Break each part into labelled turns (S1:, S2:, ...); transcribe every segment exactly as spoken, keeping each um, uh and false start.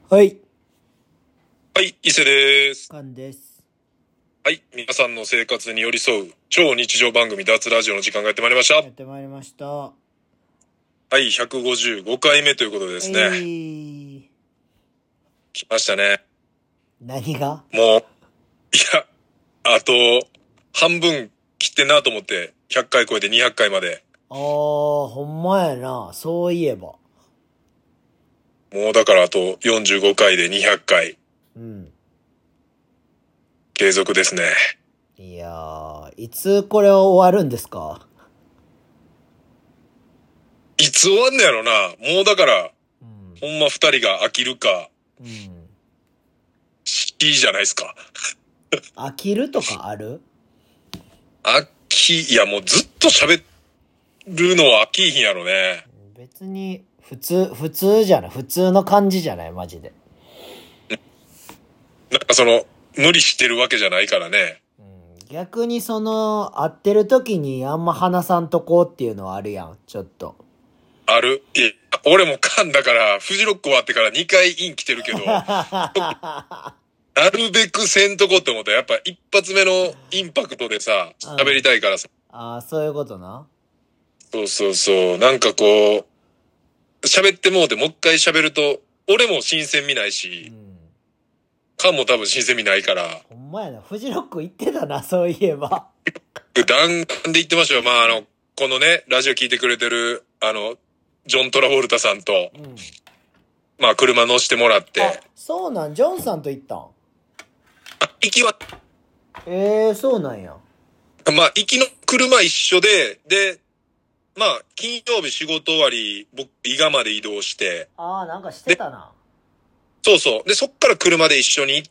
S1: はい。
S2: はい、伊勢です。
S1: カンです。
S2: はい、皆さんの生活に寄り添う超日常番組脱ラジオの時間がやってまいりました。
S1: やってまいりました。は
S2: い、ひゃくごじゅうごかいめということでですね。
S1: い。
S2: 来ましたね。
S1: 何が？
S2: もう、いや、あと、半分切ってんなと思って、ひゃっかい超えてにひゃっかいまで。
S1: あー、ほんまやな。そういえば。
S2: もうだからあとよんじゅうごかいでにひゃっかい。
S1: うん。
S2: 継続ですね。
S1: いやー、いつこれは終わるんですか？
S2: いつ終わんのやろな。もうだから、
S1: うん。
S2: ほんま二人が飽きるか、
S1: うん。
S2: いいじゃないですか。
S1: 飽きるとかある？
S2: 飽き、いやもうずっと喋るのは飽きひんやろね。
S1: 別に、普通、普通じゃない。普通の感じじゃない、マジで。
S2: なんかその、無理してるわけじゃないからね。
S1: うん。逆にその、会ってる時にあんま話さんとこうっていうのはあるやん、ちょっと。
S2: ある。いや、俺も噛んだから、フジロック終わってからにかいイン来てるけど、なるべくせんとこって思ったら、やっぱ一発目のインパクトでさ、喋りたいからさ。
S1: ああ、そういうことな。
S2: そうそうそう。なんかこう、喋ってもうてもう一回喋ると、俺も新鮮味ないし、
S1: うん。
S2: カンも多分新鮮味ないから、
S1: ほんまやな。フジロック行ってたな、そういえば。
S2: 弾丸で言ってましたよ。まああの、このね、ラジオ聞いてくれてる、あの、ジョン・トラボルタさんと、
S1: うん。
S2: まあ車乗してもらっ
S1: あ
S2: て、、
S1: そうなん、ジョンさんと行ったん？
S2: 行きは、
S1: ええー、そうなんや。
S2: まあ行きの車一緒で、で、まあ金曜日仕事終わり、僕、伊賀まで移動して、
S1: ああ、なんかしてたな。
S2: そうそう。で、そっから車で一緒に行って、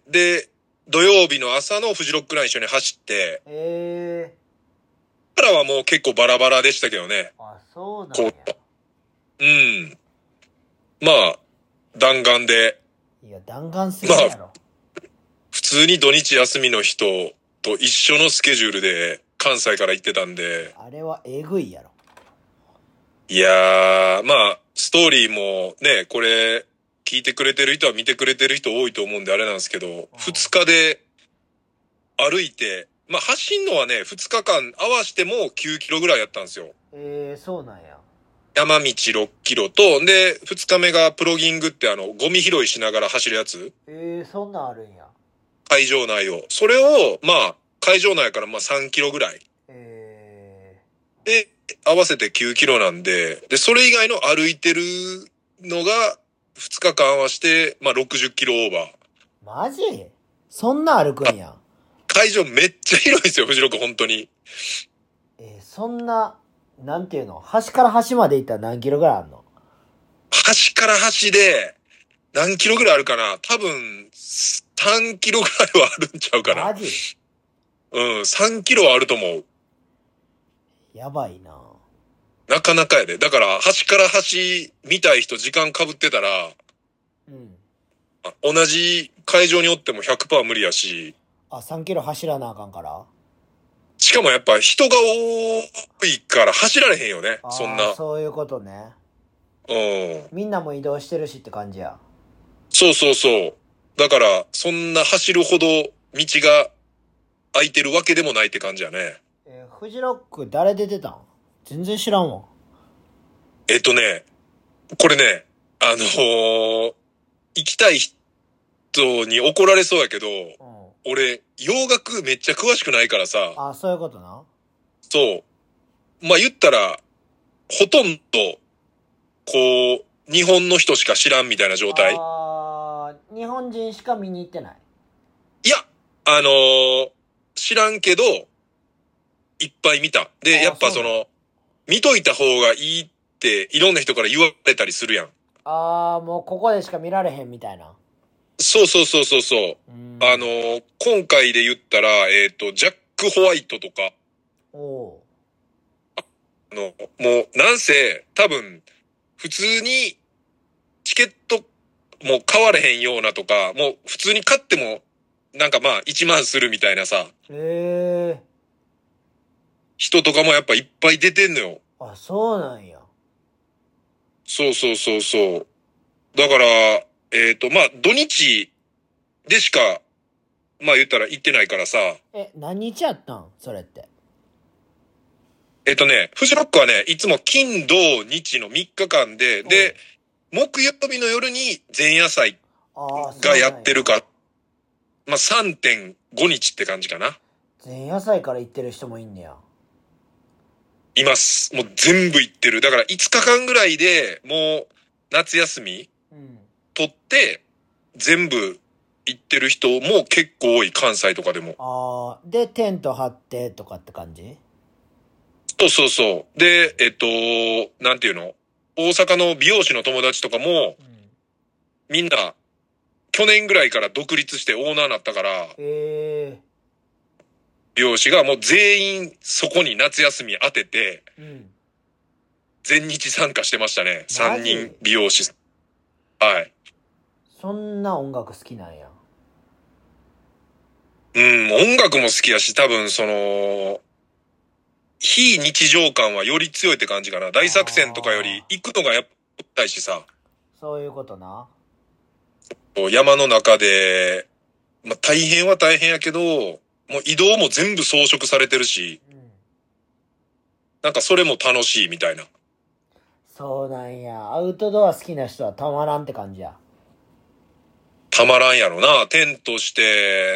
S2: で、土曜日の朝のフジロックライン一緒に走って、
S1: ええ
S2: からはもう結構バラバラでしたけどね。
S1: ー。あ、そうなんや。
S2: こう、うん。まあ、弾丸で、
S1: いや、弾丸すぎるやろ。
S2: 普通に土日休みの人と一緒のスケジュールで関西から行ってたんで、
S1: あれはえぐいやろ。
S2: いやー、まあ、ストーリーもね、これ、聞いてくれてる人は見てくれてる人多いと思うんであれなんですけど、二日で歩いて、まあ走んのはね、二日間合わしてもきゅうキロぐらいやったんですよ。
S1: ええー、そうなんや。
S2: 山道ろっキロと、で、二日目がプロギングってあの、ゴミ拾いしながら走るやつ。
S1: ええー、そんなんあるんや。
S2: 会場内を。それを、まあ、会場内からまあさんキロぐらい。
S1: え
S2: で、合わせてきゅうキロなんで、で、それ以外の歩いてるのが、二日間合わせて、まあろくじゅっキロオーバー。
S1: ー、マジ？そんな歩くんや。
S2: 会場めっちゃ広いですよ、フジロック、本当に。
S1: えー、そんな、なんていうの、端から端まで行ったら何キロぐらいあんの？
S2: 端から端で、何キロぐらいあるかな？多分、さんキロぐらいはあるんちゃうかな。
S1: マジ？
S2: うん、さんキロはあると思う。
S1: やばいな。
S2: なかなかやで。だから、端から端見たい人時間被ってたら、
S1: うん。
S2: 同じ会場におっても ひゃくパーセント 無理やし、
S1: あ、さんキロ走らなあかんから？
S2: しかもやっぱ人が多いから走られへんよね、そん
S1: ああ、
S2: な。
S1: そういうことね。
S2: うん。
S1: みんなも移動してるしって感じや。
S2: そうそうそう。だから、そんな走るほど道が空いてるわけでもないって感じやね。
S1: えー、フジロック誰出てたん？全然知らんわ。
S2: えっとね、これね、あのー行きたい人に怒られそうやけど、
S1: うん。
S2: 俺、洋楽めっちゃ詳しくないからさ、
S1: あ、そういうことな。
S2: そう。まあ、言ったら、ほとんど、こう、日本の人しか知らんみたいな状態。
S1: あー、日本人しか見に行ってない。
S2: いや、あのー知らんけど、いっぱい見た。で、
S1: あ
S2: やっぱ
S1: そうなの？
S2: その、見といた方がいいっていろんな人から言われたりするやん。
S1: あー、もうここでしか見られへんみたいな。
S2: そうそうそうそうそう。
S1: うーん。
S2: あのー今回で言ったら、えっと、ジャック・ホワイトとか、
S1: おう。
S2: あの、もう、なんせ、多分、普通に、チケット、もう買われへんようなとか、もう普通に買っても、なんかまあ、いちまんするみたいなさ、
S1: え
S2: 人とかもやっぱいっぱい出てんのよ。
S1: ー、あ、そうなんや。
S2: そうそうそうそう。だから、 えっと、まあ、土日でしか、まあ言ったら行ってないからさ、
S1: え、何日やったんそれって。
S2: えっとね、フジロックはね、いつも金、土、日のみっかかんで、で、木曜日の夜に前夜祭がやってるか、まあ さんてんご 日って感じかな。
S1: 前夜祭から行ってる人もいんねや。
S2: います。もう全部行ってる。だからいつかかんぐらいでもう夏休み取って、全部行ってる人も結構多い、関西とかでも。
S1: ああ、で、テント張ってとかって感じ？
S2: そうそうそう。で、えっと、なんていうの？大阪の美容師の友達とかも、うん、みんな、去年ぐらいから独立してオーナーになったから、へー、美容師がもう全員そこに夏休み当てて、うん、全日参加してましたね。さんにん美容師。はい。
S1: そんな音楽好きなんや。
S2: うん、音楽も好きやし、多分その、非日常感はより強いって感じかな。大作戦とかより行くのがやっぱったいしさ。
S1: そういうことな。
S2: 山の中で、まあ大変は大変やけど、もう移動も全部装飾されてるし、うん、なんかそれも楽しいみたいな。
S1: そうなんや。アウトドア好きな人はたまらんって感じや。
S2: たまらんやろな。テントして、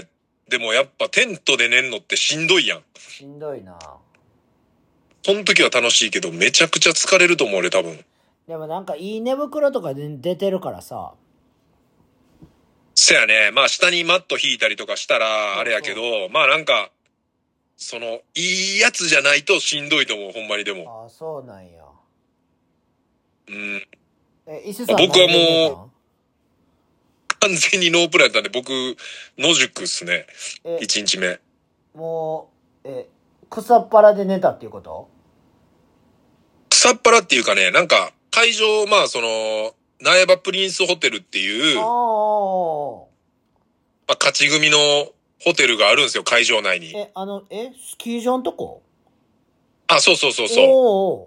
S2: でもやっぱテントで寝んのってしんどいやん。
S1: しんどいな。
S2: その時は楽しいけど、めちゃくちゃ疲れると思うね、多分。
S1: でもなんかいい寝袋とかで出てるからさ。
S2: そやね。まあ下にマット引いたりとかしたら、あれやけど、そうそう、まあなんか、その、いいやつじゃないとしんどいと思う、ほんまにでも。
S1: ああ、そうなんや。
S2: うん。
S1: え、伊勢さん
S2: 僕はもう、完全にノープランやったんで、僕、野宿っすね。一日目。
S1: もう、え、草っ腹で寝たっていうこと？
S2: 草っ腹っていうかね、なんか、会場、まあその、苗場プリンスホテルっていう、あまあ、勝ち組のホテルがあるんですよ、会場内に。
S1: え、あの、え、スキー場のとこ？
S2: あ、そうそうそうそう。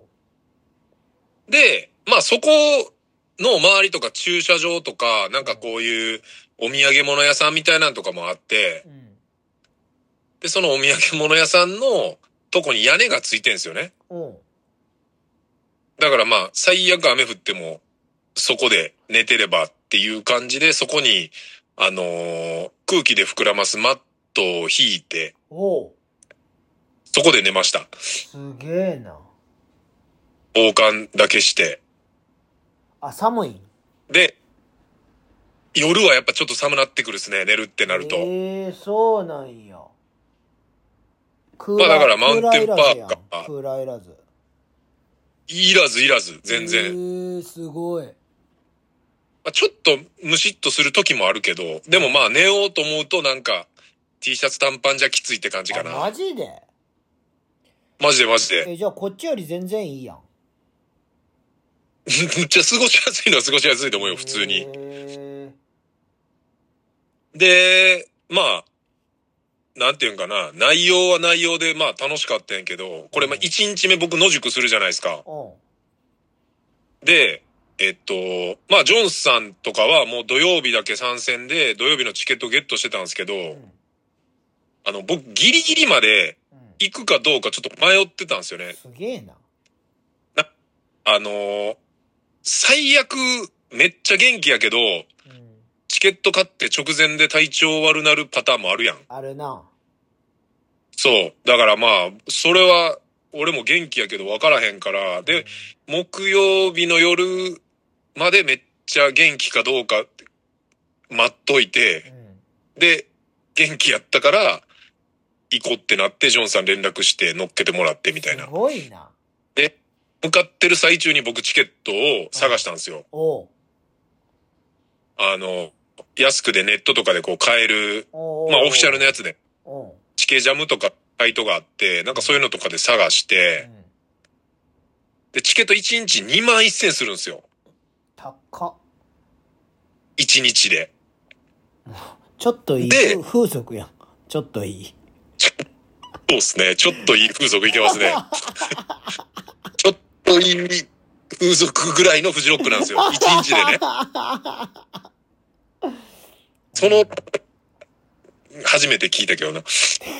S2: で、まあそこの周りとか駐車場とか、なんかこういうお土産物屋さんみたいなのとかもあって、うん、で、そのお土産物屋さんのとこに屋根がついてんすよね。うん、だからまあ、最悪雨降っても、そこで寝てればっていう感じで、そこに、あのー、空気で膨らますマットを引いて、おそこで寝ました。
S1: すげえな。
S2: 防寒だけして。
S1: あ、寒い？
S2: で、夜はやっぱちょっと寒なってくるですね、寝るってなると。
S1: ええー、そうなんや。
S2: まあだからマウンテンパークか。
S1: クーラーいらず。
S2: いらずいらず、全然。え
S1: ー、すごい。
S2: ちょっとムシッとする時もあるけど、でもまあ寝ようと思うとなんか T シャツ短パンじゃきついって感じかな。
S1: マジで？
S2: マジでマジで。
S1: え、じゃあこっちより全然いいやん。
S2: めっちゃ過ごしやすいのは過ごしやすいと思うよ、普通に。で、まあ、なんていうんかな、内容は内容でまあ楽しかったんやけど、これまあいちにちめ僕野宿するじゃないですか。で、えっと、まあジョンスさんとかはもう土曜日だけ参戦で土曜日のチケットゲットしてたんですけど、うん、あの僕ギリギリまで行くかどうかちょっと迷ってたんですよね。
S1: すげえな。
S2: な、あのー、最悪めっちゃ元気やけど、うん、チケット買って直前で体調悪なるパターンもあるやん。
S1: あるな。
S2: そう。だからまあ、それは俺も元気やけど分からへんから、で、うん、木曜日の夜までめっちゃ元気かどうか待っといて、うん、で、元気やったから行こうってなってジョンさん連絡して乗っけてもらってみたいな。
S1: すごいな。
S2: で、向かってる最中に僕チケットを探したんですよ。おうあの、安くでネットとかでこう買える、まあオフィシャルのやつで、チケジャムとかサイトがあって、なんかそういうのとかで探して、うん、で、チケットいちにちにまんせんするんですよ。
S1: 高っ。
S2: いちにちで。
S1: ちょっといい。で、風俗やん。ちょっといい。
S2: そうっすね。ちょっといい風俗いけますね。ちょっといい風俗ぐらいのフジロックなんですよ。いちにちでね。 その、初めて聞いたけどな。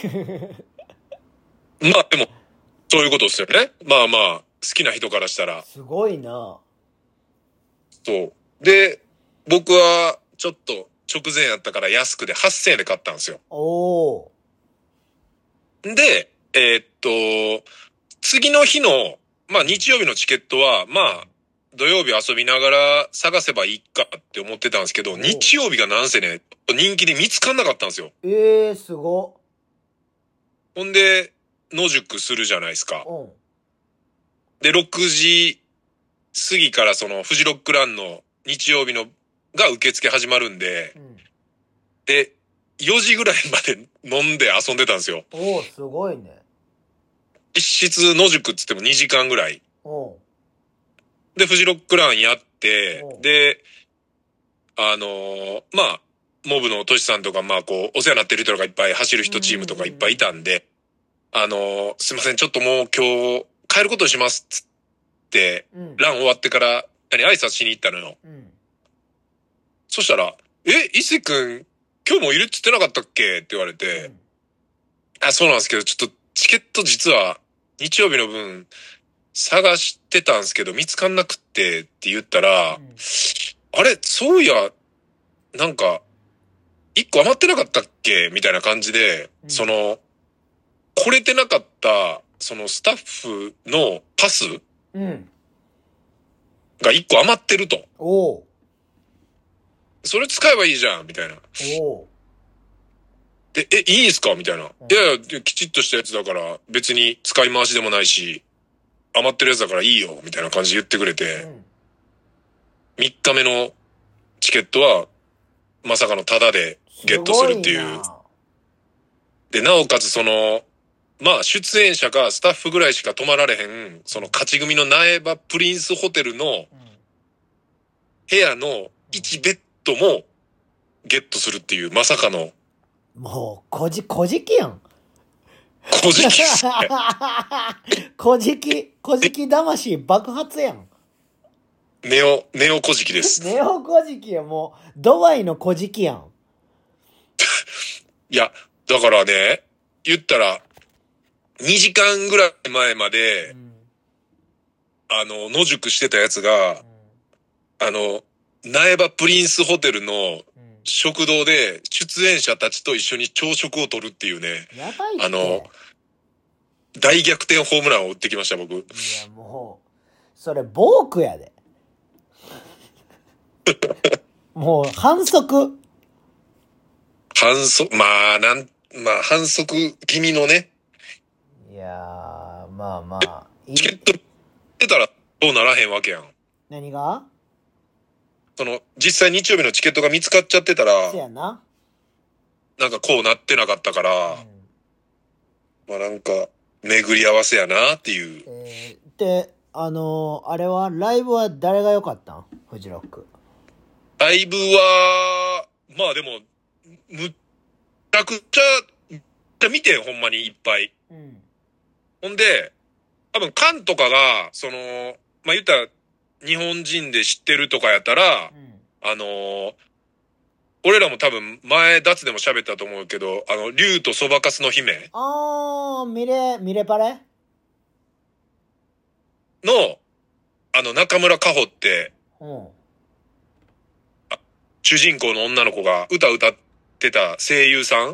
S2: まあでも、そういうことですよね。まあまあ、好きな人からしたら。
S1: すごいな。
S2: そう。で、僕は、ちょっと直前やったから安くではっせんえんで買ったんですよ。
S1: お
S2: ー。で、えー、っと、次の日の、まあ日曜日のチケットは、まあ、土曜日遊びながら探せばいいかって思ってたんですけど、日曜日がなんせね、人気で見つかんなかったんですよ。
S1: ええー、すご。
S2: ほんで、野宿するじゃないですか。
S1: うん。
S2: で、ろくじ過ぎからそのフジロックランの日曜日のが受付始まるんで、うん、で、よじぐらいまで飲んで遊んでたんですよ。
S1: おー、すごいね。
S2: 実質野宿っつってもにじかんぐらい。
S1: お
S2: で、フジロックランやって、で、あのー、まあ、モブのトシさんとか、まあこう、お世話になってる人がいっぱい走る人チームとかいっぱいいたんで、あのー、すいません、ちょっともう今日帰ることにしますっつって、うん、ラン終わってから、何、挨拶しに行ったのよ。うん、そしたら、え、伊勢くん、今日もいるって言ってなかったっけって言われて、うん、あ、そうなんですけど、ちょっとチケット実は日曜日の分探してたんですけど見つかんなくってって言ったら、うん、あれ、そういや、なんか、一個余ってなかったっけみたいな感じで、うん、その、来れてなかった、そのスタッフのパス、うん、が一個余ってると。おう。それ使えばいいじゃんみたいな。おう。で、え、いいんすかみたいな。うん、いやいや、きちっとしたやつだから、別に使い回しでもないし、余ってるやつだからいいよみたいな感じで言ってくれて、うん、みっかめのチケットは、まさかのタダでゲットするっていう。で、なおかつその、まあ、出演者かスタッフぐらいしか泊まられへん、その勝ち組の苗場プリンスホテルの部屋のいちベッドもゲットするっていう、まさかの。
S1: もう、こじ、こじきやん。
S2: こじきっすね。
S1: こじき、こじき魂爆発やん。
S2: ネオ、ネオこじきです。
S1: ネオこじきや、もう、ドバイのこじきやん。
S2: いや、だからね、言ったら、にじかんぐらい前まで、うん、あの、野宿してたやつが、うん、あの、苗場プリンスホテルの食堂で出演者たちと一緒に朝食をとるっていうね、
S1: やばいって。
S2: あの、大逆転ホームランを打ってきました、僕。い
S1: や、もう、それ、ボークやで。もう、反則。
S2: 反則、まあ、なん、まあ、反則気味のね。
S1: いやー、まあまあ。
S2: チケット出たらどうならへんわけやん。
S1: 何が？
S2: その、実際日曜日のチケットが見つかっちゃってたら、
S1: そうやな。
S2: なんかこうなってなかったから、うん、まあなんか、巡り合わせやなっていう。
S1: えー、で、あのー、あれは、ライブは誰が良かったん？フジロック。
S2: ライブは、まあでも、むっちゃくちゃ、見てん、ほんまにいっぱい。うん、ほんで、多分、カンとかが、その、まあ言ったら、日本人で知ってるとかやったら、うん、あのー、俺らも多分前脱でも喋ったと思うけど、あの、竜とそばかすの姫。
S1: あー、ミレ、ミレパレ
S2: の、あの、中村佳穂って、うん、主人公の女の子が歌歌ってた声優さん、うん、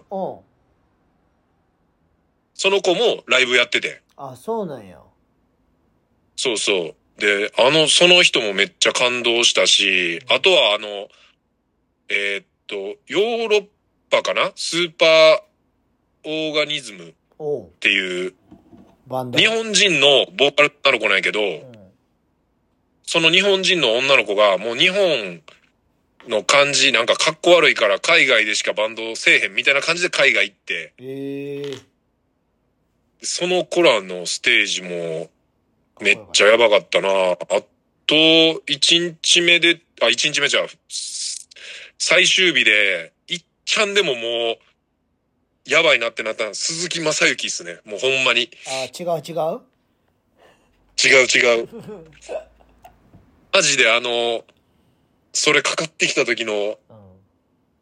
S2: その子もライブやってて。
S1: あ、そうなんや。
S2: そうそう。で、あの、その人もめっちゃ感動したし、あとはあの、えー、っと、ヨーロッパかなスーパーオーガニズムっていう、バンド。日本人のボーカル女の子なんやけど、うん、その日本人の女の子がもう日本の感じ、なんかかっこ悪いから海外でしかバンドせえへんみたいな感じで海外行って、えー、その子らのステージもめっちゃやばかったな。あと、一日目で、あ、一日目じゃ、最終日で、いっちゃんでももう、やばいなってなったの鈴木正幸っすね。もうほんまに。
S1: あ、違う違う
S2: 違う違う。マジであの、それかかってきた時の、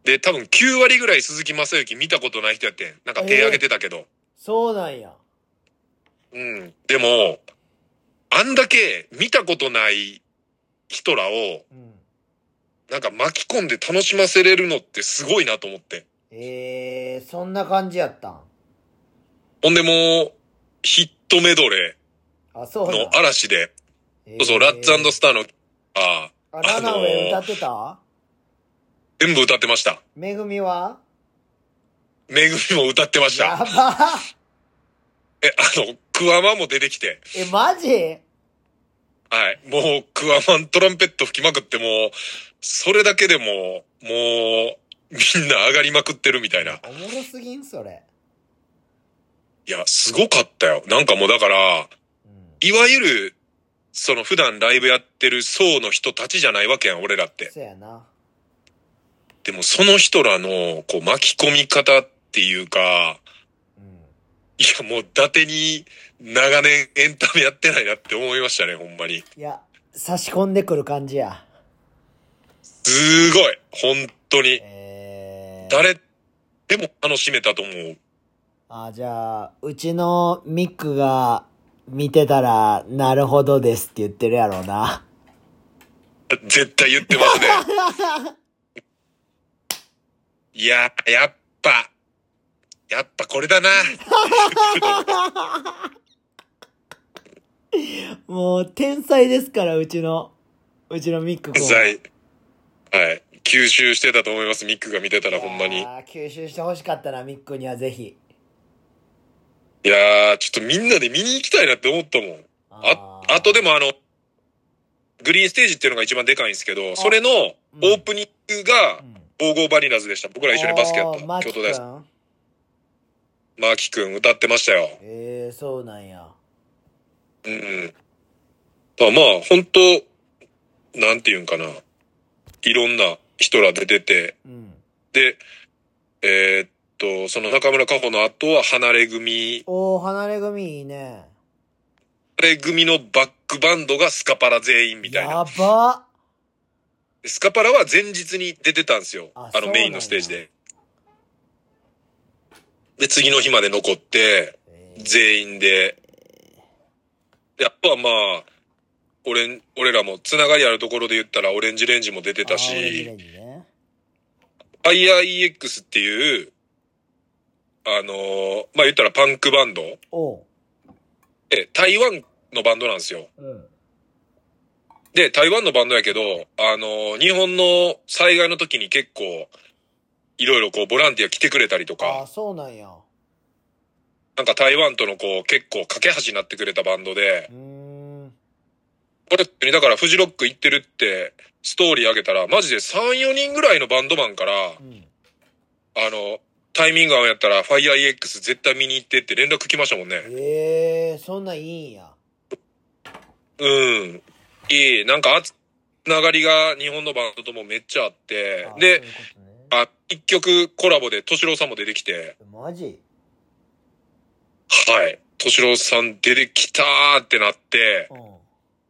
S2: で、多分きゅう割ぐらい鈴木雅之見たことない人やってん。なんか手挙げてたけど。
S1: そうなんや。
S2: うん。でも、あんだけ見たことない人らを、
S1: うん。
S2: なんか巻き込んで楽しませれるのってすごいなと思って。
S1: えー、そんな感じやったん。
S2: ほんでもう、ヒットメドレ
S1: あ、そう
S2: ー
S1: なん。
S2: の嵐で、
S1: えー、
S2: そうそう、ラッツスターの、あ、
S1: あ、
S2: あ
S1: ラナウェイ歌ってた？
S2: 全部歌ってました。
S1: めぐみは？
S2: めぐみも歌ってました。
S1: やば
S2: え、あの、クワマンも出てきて。
S1: え、マジ？
S2: はい。もう、クワマントランペット吹きまくってもう、それだけでも、もう、みんな上がりまくってるみたいな。
S1: おもろすぎんそれ。
S2: いや、すごかったよ。なんかもうだから、
S1: うん、
S2: いわゆる、その普段ライブやってる層の人たちじゃないわけやん、俺らって。
S1: そうやな。
S2: でもその人らの、こう巻き込み方っていうか、
S1: うん、
S2: いやもう伊達に長年エンタメやってないなって思いましたね、ほんまに。
S1: いや、差し込んでくる感じや。
S2: すごい本当に。
S1: えー、
S2: 誰でも楽しめたと思う。
S1: あ、じゃあ、うちのミックが見てたら、なるほどですって言ってるやろうな。
S2: 絶対言ってますね。いや、やっぱ、やっぱこれだな。
S1: もう、天才ですから、うちの、うちのミック君は。
S2: 天才。はい。吸収してたと思います、ミックが見てたらほんまに。
S1: ああ、吸収してほしかったな、ミックにはぜひ。
S2: いやー、ちょっとみんなで見に行きたいなって思ったもん。あ、あとでもあの、グリーンステージっていうのが一番でかいんですけど、それのオープニングが、ゴーゴーバリナーズでした。僕ら一緒にバスケやった。京都大学。マーキくん歌ってましたよ。
S1: ええー、そうなんや。
S2: うん。だまあ、本当なんていうんかな。いろんな人ら出てて、うん、で、えー、っと、その中村佳穂の後は離れ組。
S1: おー、離れ組いいね。
S2: 離れ組のバックバンドがスカパラ全員みたいな。
S1: やば
S2: スカパラは前日に出てたんですよ。あ, あのメインのステージで。で、次の日まで残って、全員で。で、あとはまあ、俺、俺らもつながりあるところで言ったらオレンジレンジも出てたし、ね、ファイヤー イーエックス っていう、あのー、まあ言ったらパンクバンド。で、台湾のバンドなんですよ。うん、で、台湾のバンドやけど、あのー、日本の災害の時に結構、いろいろこうボランティア来てくれたりとか。
S1: あ、そうなんや。
S2: なんか台湾とのこう結構架け橋になってくれたバンドで、うーん、これ、だからフジロック行ってるってストーリー上げたら、マジでさん、よにんぐらいのバンドマンから、うん、あの、タイミング合うんやったら、ファイヤー イーエックス 絶対見に行ってって連絡来ましたもんね。
S1: ええー、そんないいんや。
S2: うん。いい。なんか、つながりが日本のバンドともめっちゃあって、あで、ううね、あ、一曲コラボで敏郎さんも出てきて。
S1: マジ？
S2: はい。敏郎さん出てきたーってなって、うん、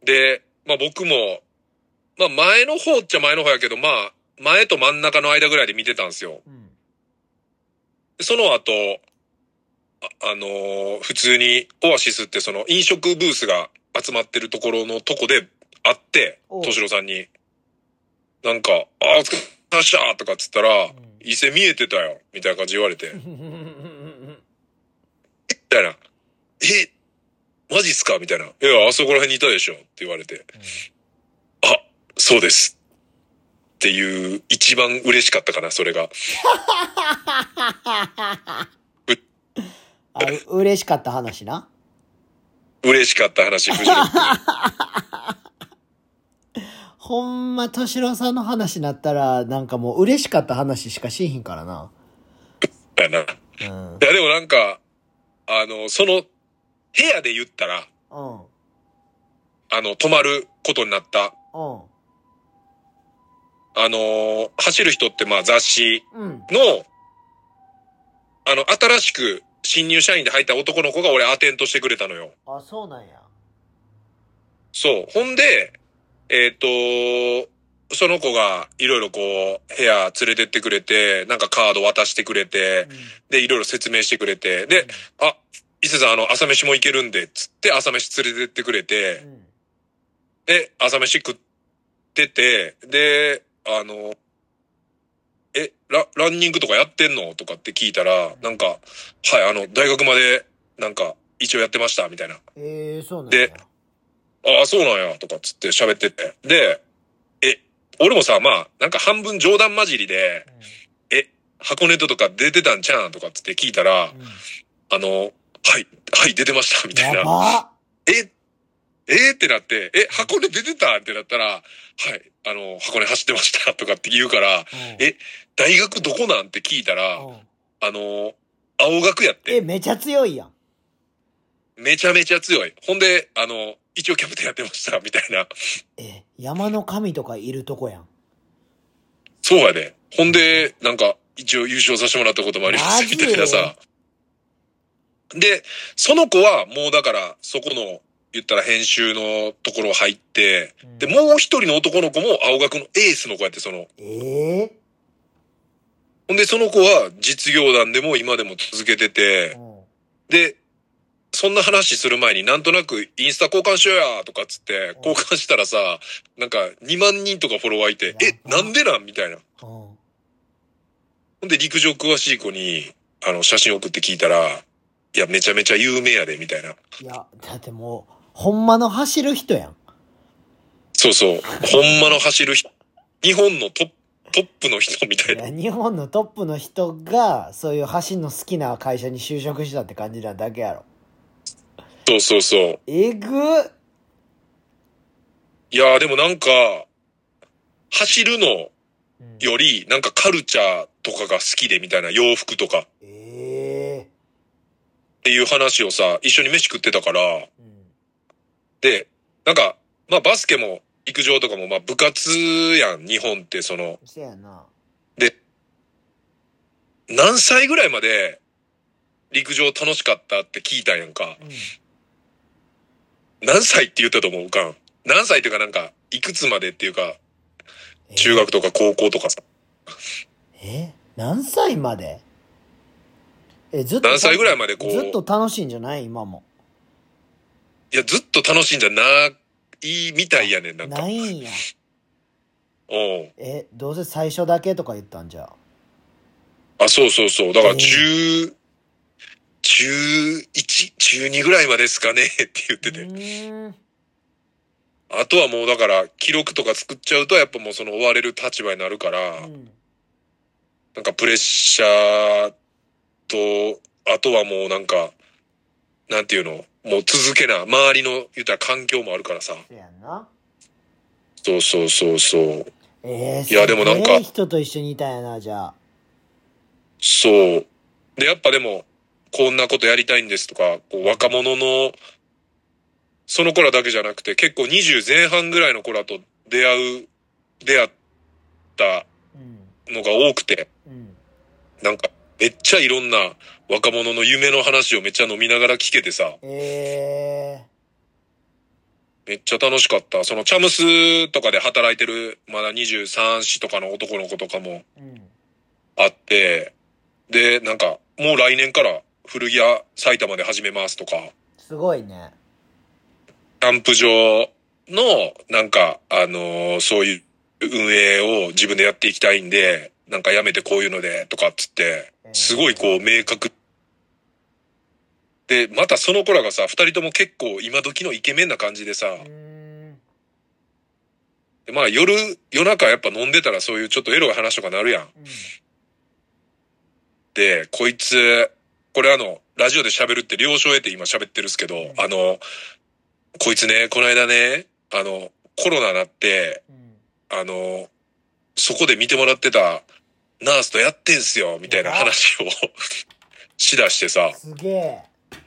S2: で、まあ僕も、まあ前の方っちゃ前の方やけど、まあ前と真ん中の間ぐらいで見てたんですよ。うん、その後、あ、あのー、普通にオアシスってその飲食ブースが集まってるところのとこで会って、敏郎さんに、なんか、ああ、お疲れ様でしたとかっつったら、うん、伊勢見えてたよみたいな感じ言われて。みたいな。え、マジっすかみたいな。いや、あそこら辺にいたでしょって言われて。うん、あ、そうです。っていう、一番嬉しかったかな、それが。
S1: あ、嬉しかった話な。
S2: 嬉しかった話、フジロック。
S1: ほんま、敏郎さんの話になったら、なんかもう嬉しかった話しかしひんからな。
S2: だな。うん。いや、でもなんか、あの、その、部屋で言ったら、うん。あの、泊まることになった。うん。あの、走る人ってまあ雑誌の、うん、あの、新しく新入社員で入った男の子が俺アテントしてくれたのよ。
S1: あ、そうなんや。
S2: そう。ほんで、えっと、 その子がいろいろこう、部屋連れてってくれて、なんかカード渡してくれて、
S1: うん、
S2: で、いろいろ説明してくれて、で、うん、あ、伊勢さんあの、朝飯も行けるんで、つって朝飯連れてってくれて、うん、で、朝飯食ってて、で、あの、え、ラ、ランニングとかやってんのとかって聞いたら、なんか、はい、あの、大学まで、なんか、一応やってました、みたいな。
S1: ええー、そうなんや。
S2: で、ああ、そうなんや、とかつって喋ってて。で、え、俺もさ、まあ、なんか半分冗談交じりで、うん、え、箱根とか出てたんちゃうんとかつって聞いたら、うん、あの、はい、はい、出てました、みたいな。
S1: やば
S2: え、えー、ってなって、え、箱根出てたってなったら、はい、あの、箱根走ってましたとかって言うから、うん、え、大学どこなんって聞いたら、うん、あの、青学やって。
S1: え、めちゃ強いやん。
S2: めちゃめちゃ強い。ほんで、あの、一応キャプテンやってました、みたいな。
S1: え、山の神とかいるとこやん。
S2: そうやで。ほんで、なんか、一応優勝させてもらったこともあります、みたいなさ。で、その子はもうだから、そこの、言ったら編集のところ入って、うん、で、もう一人の男の子も青学のエースの子やって、その。
S1: えー、
S2: ほんで、その子は実業団でも今でも続けてて、うん、で、そんな話する前になんとなくインスタ交換しようやとかっつって交換したらさ、なんかにまんにんとかフォロワーいて、え、なんでなんみたいな。ほんで陸上詳しい子にあの写真送って聞いたら、いやめちゃめちゃ有名やでみたいな。
S1: いや、だってもう、ほんまの走る人やん。
S2: そうそう。ほんまの走る人。日本のトップ、トップの人みたいな。
S1: いや、日本のトップの人が、そういう走るの好きな会社に就職したって感じなだけやろ。
S2: そうそうそう。
S1: えぐ
S2: いやーでもなんか、走るのより、なんかカルチャーとかが好きでみたいな、洋服とか。
S1: ええー。
S2: っていう話をさ、一緒に飯食ってたから、うん、で、なんか、まあバスケも陸上とかもまあ部活やん、日本ってその。
S1: そうやな。
S2: で、何歳ぐらいまで陸上楽しかったって聞いたんやんか。うん、何歳って言ったと思うかん。何歳っていうかなんか、いくつまでっていうか、中学とか高校とかさ。
S1: え、何歳まで？え、ずっと
S2: 何歳ぐらいまでこう。
S1: ずっと楽しいんじゃない今も。
S2: いや、ずっと楽しいんじゃないみたいやねん、なんか。
S1: ないんや。
S2: おう。
S1: え、どうせ最初だけとか言ったんじゃ。
S2: あ、そうそうそう。だから中、中いち、中にぐらいまでですかねって言ってて。うーん。あとはもうだから記録とか作っちゃうとやっぱもうその追われる立場になるから、うん、なんかプレッシャーと、あとはもうなんか、なんていうの、もう続けな、周りの言ったら環境もあるからさ。
S1: そうやんな。
S2: そうそうそうそう。
S1: えー、
S2: いやでもなんか。
S1: 人と一緒にいたんやな、じゃあ。
S2: そう。で、やっぱでも、こんなことやりたいんですとか、こう若者の、その子らだけじゃなくて、結構にじゅう前半ぐらいの子らと出会う、出会ったのが多くて、うんうん、なんか、めっちゃいろんな若者の夢の話をめっちゃ飲みながら聞けてさ、
S1: え
S2: ー、めっちゃ楽しかった。そのチャムスとかで働いてる、まだにじゅうさんさいとかの男の子とかもあって、うん、で、なんか、もう来年から古着屋埼玉で始めますとか。
S1: すごいね。
S2: キャンプ場の、なんか、あのー、そういう運営を自分でやっていきたいんで、なんかやめてこういうので、とかっつって、すごいこう明確。で、またその子らがさ、二人とも結構今時のイケメンな感じでさ、でまあ夜、夜中やっぱ飲んでたらそういうちょっとエロい話とかなるやん。うん、で、こいつ、これあの、ラジオで喋るって了承得て今喋ってるっすけど、うん、あの、こいつね、この間ね、あの、コロナなって、うん、あの、そこで見てもらってたナースとやってんすよ、みたいな話をしだしてさ。
S1: すげえ。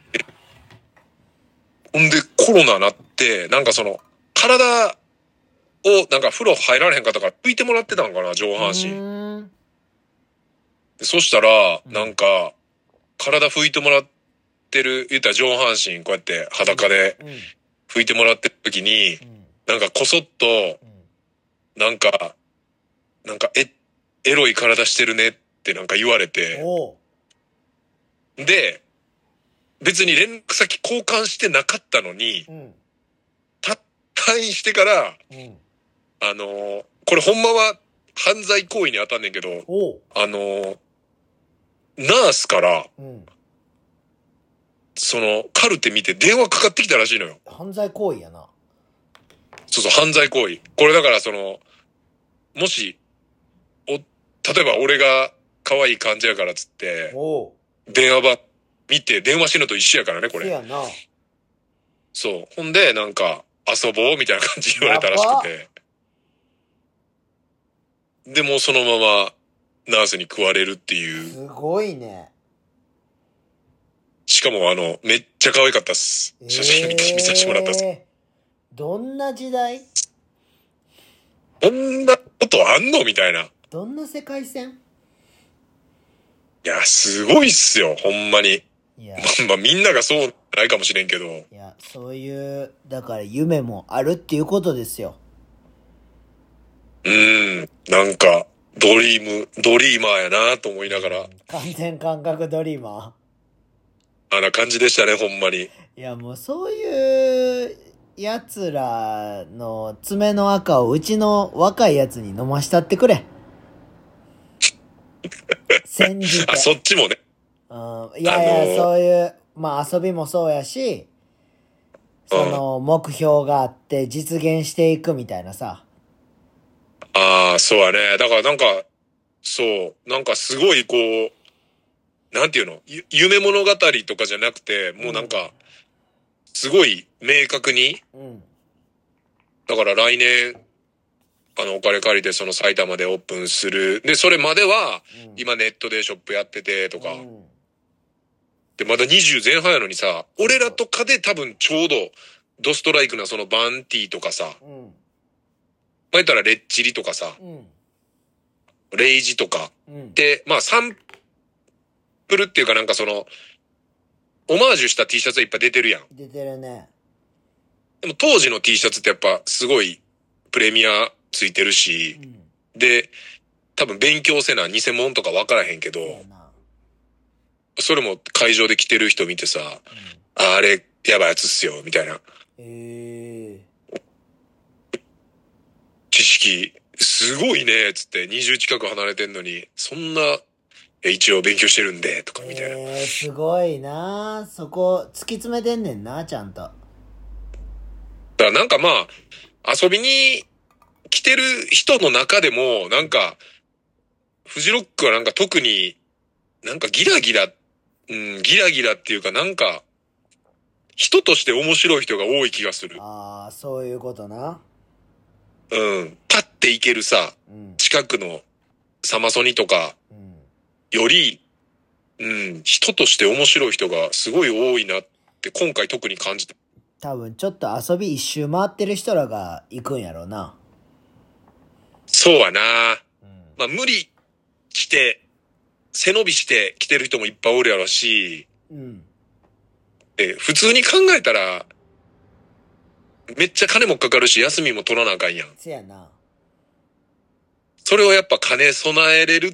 S2: ほんでコロナなって、なんかその、体をなんか風呂入られへんかったから拭いてもらってたんかな、上半身。でそしたら、なんか、体拭いてもらってる、言ったら上半身こうやって裸で、うんうん拭いてもらってる時に、うん、なんかこそっと、うん、 なんか、なんか、え、エロい体してるねってなんか言われて、
S1: おう。
S2: で、別に連絡先交換してなかったのに、
S1: うん。
S2: た、退院してから、
S1: うん。
S2: あのーこれほんまは犯罪行為に当たんねんけど、
S1: おう。
S2: あのーナースから、
S1: うん。
S2: その、カルテ見て電話かかってきたらしいのよ。
S1: 犯罪行為やな。
S2: そうそう、犯罪行為。これだからその、もし、お、例えば俺が可愛い感じやからっつって、
S1: おう。
S2: 電話番見て電話してんのと一緒やからね、これ。
S1: せやな。
S2: そう。ほんで、なんか、遊ぼうみたいな感じで言われたらしくて。でもそのまま、ナースに食われるっていう。
S1: すごいね。
S2: しかもあの、めっちゃ可愛かったっす。写真見させてもらったっす。
S1: えー、どんな時代？
S2: こんなことあんのみたいな。い
S1: どんな世界線？
S2: や、すごいっすよ、ほんまに。
S1: いや、
S2: まあ、みんながそうないかもしれんけど。
S1: いや、そういう、だから夢もあるっていうことですよ。
S2: うーん、なんか、ドリーム、ドリーマーやなと思いながら、
S1: 完全感覚ドリーマ
S2: あんな感じでしたね、ほんまに。
S1: ー。いや、もうそういう奴らの爪の赤をうちの若い奴に飲ましたってくれ。煎じて。
S2: あ、そっちもね。
S1: うん、いやいや、
S2: あのー
S1: そういう、まあ遊びもそうやし、その目標があって実現していくみたいなさ。
S2: ああ、そうやね。だからなんか、そう、なんかすごいこう、なんていうの、ゆ夢物語とかじゃなくて、もうなんか、すごい明確に、
S1: うん。
S2: だから来年、あの、お金借りてその埼玉でオープンする。で、それまでは、今ネットでショップやっててとか、
S1: うん。
S2: で、まだにじゅう前半やのにさ、俺らとかで多分ちょうど、ドストライクなそのバンティーとかさ、
S1: うん。
S2: まあ、言ったらレッチリとかさ、
S1: うん。
S2: レイジとか、
S1: うん。
S2: で、まあサンプルっていうかなんかその、オマージュした T シャツいっぱい出てるやん。
S1: 出てるね。
S2: でも当時の T シャツってやっぱすごいプレミアついてるし、
S1: うん。
S2: で、多分勉強せな偽物とかわからへんけど、
S1: そうやな。
S2: それも会場で着てる人見てさ、
S1: うん。
S2: ああれやばいやつっすよ、みたいな。
S1: え
S2: 知識、すごいね、つってにじゅう近く離れてんのに、そんな、え一応勉強してるんで、とか
S1: ー、
S2: みたいな。
S1: えー、すごいな。そこ突き詰めてんねんな、ちゃんと。
S2: だからなんかまあ、遊びに来てる人の中でも、なんか、フジロックはなんか特に、なんかギラギラ、うん、ギラギラっていうかなんか、人として面白い人が多い気がする。
S1: ああ、そういうことな。
S2: うん。パッていけるさ、
S1: うん。
S2: 近くのサマソニとか
S1: うん。
S2: より、うん、人として面白い人がすごい多いなって今回特に感じた。
S1: 多分ちょっと遊び一周回ってる人らが行くんやろうな。
S2: そうやな。
S1: うん。
S2: まあ無理して、背伸びして来てる人もいっぱいおるやろし、
S1: うん。
S2: え、普通に考えたら、めっちゃ金もかかるし、休みも取らなあかんやん。
S1: せやな。
S2: それをやっぱ金備えれるって、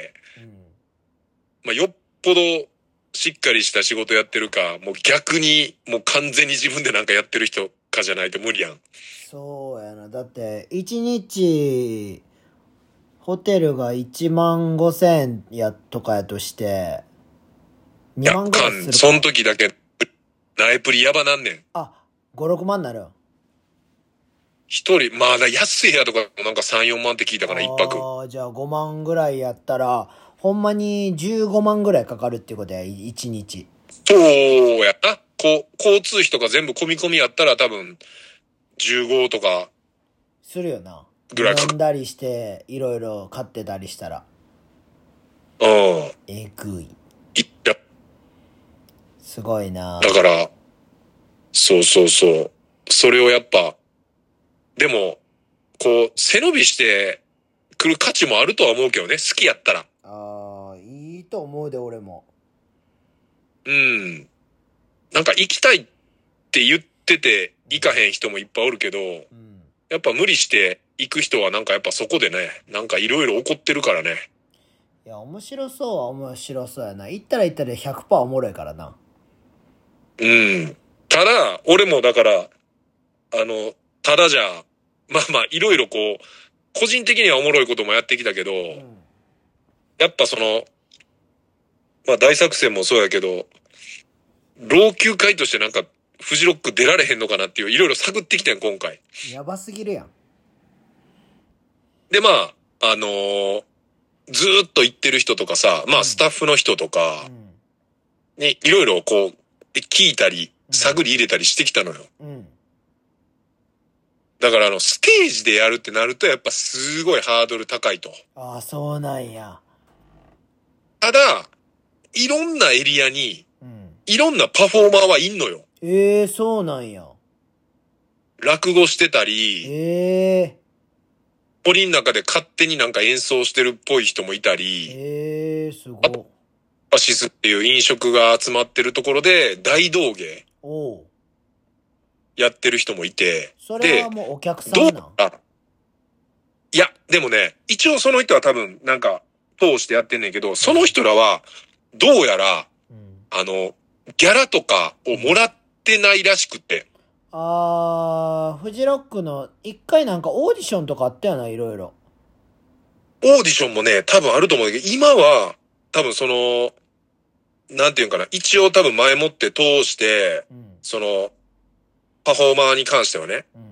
S1: うん。
S2: まあよっぽどしっかりした仕事やってるか、もう逆にもう完全に自分でなんかやってる人かじゃないと無理やん。
S1: そうやな。だって、一日、ホテルがいちまんごせんえんやとかやとして、
S2: いや、
S1: にまんぐらいするか。
S2: かん、その時だけ、ナエプリやばなんねん。
S1: あ、ご、ろくまんなる。
S2: 一人、まあだ安い部屋とかもなんかさん、よんまんって聞いたから、一泊。
S1: ああ、じゃあごまんぐらいやったら、ほんまにじゅうごまんぐらいかかるっていうことや、い一日。
S2: そうやな。こう、交通費とか全部込み込みやったら多分、じゅうごとか、
S1: するよな。
S2: ぐらいかか
S1: 飲んだりして、いろいろ買ってたりしたら。
S2: うん。
S1: えぐい。
S2: いった。
S1: すごいな。
S2: だから、そうそうそう。それをやっぱ、でも、こう、背伸びして来る価値もあるとは思うけどね。好きやったら。
S1: ああ、いいと思うで、俺も。
S2: うん。なんか行きたいって言ってて行かへん人もいっぱいおるけど、
S1: うん。
S2: やっぱ無理して行く人はなんかやっぱそこでね、なんかいろいろ起こってるからね。
S1: いや、面白そうは面白そうやな。行ったら行ったでひゃくパーセントおもろいからな。
S2: うん。ただ、俺もだから、あの、ただじゃ、まあまあ、いろいろこう、個人的にはおもろいこともやってきたけど、うん、やっぱその、まあ大作戦もそうやけど、老朽会としてなんか、フジロック出られへんのかなっていう、いろいろ探ってきたん、今回。
S1: やばすぎるやん。
S2: で、まあ、あのー、ずーっと行ってる人とかさ、まあスタッフの人とか、にいろいろこう、聞いたり、探り入れたりしてきたのよ。うんうん、だからあの、ステージでやるってなると、やっぱすごいハードル高いと。
S1: ああ、そうなんや。
S2: ただ、いろんなエリアに、いろんなパフォーマーはいんのよ。
S1: ええー、そうなんや。
S2: 落語してたり、
S1: ええー。
S2: 森の中で勝手になんか演奏してるっぽい人もいたり、
S1: ええー、すごい。
S2: アシスっていう飲食が集まってるところで大道芸やってる人もいて、
S1: それはもうお客さんなん？
S2: どうあいや、でもね、一応その人は多分なんか通してやってんねんけど、その人らはどうやら、うん、あの、ギャラとかをもらってないらしくて。
S1: あー、フジロックの一回なんかオーディションとかあったよな、いろいろ。
S2: オーディションもね、多分あると思うんだけど、今は多分その、なんていうんかな、一応多分前もって通して、うん、その、パフォーマーに関してはね、うん、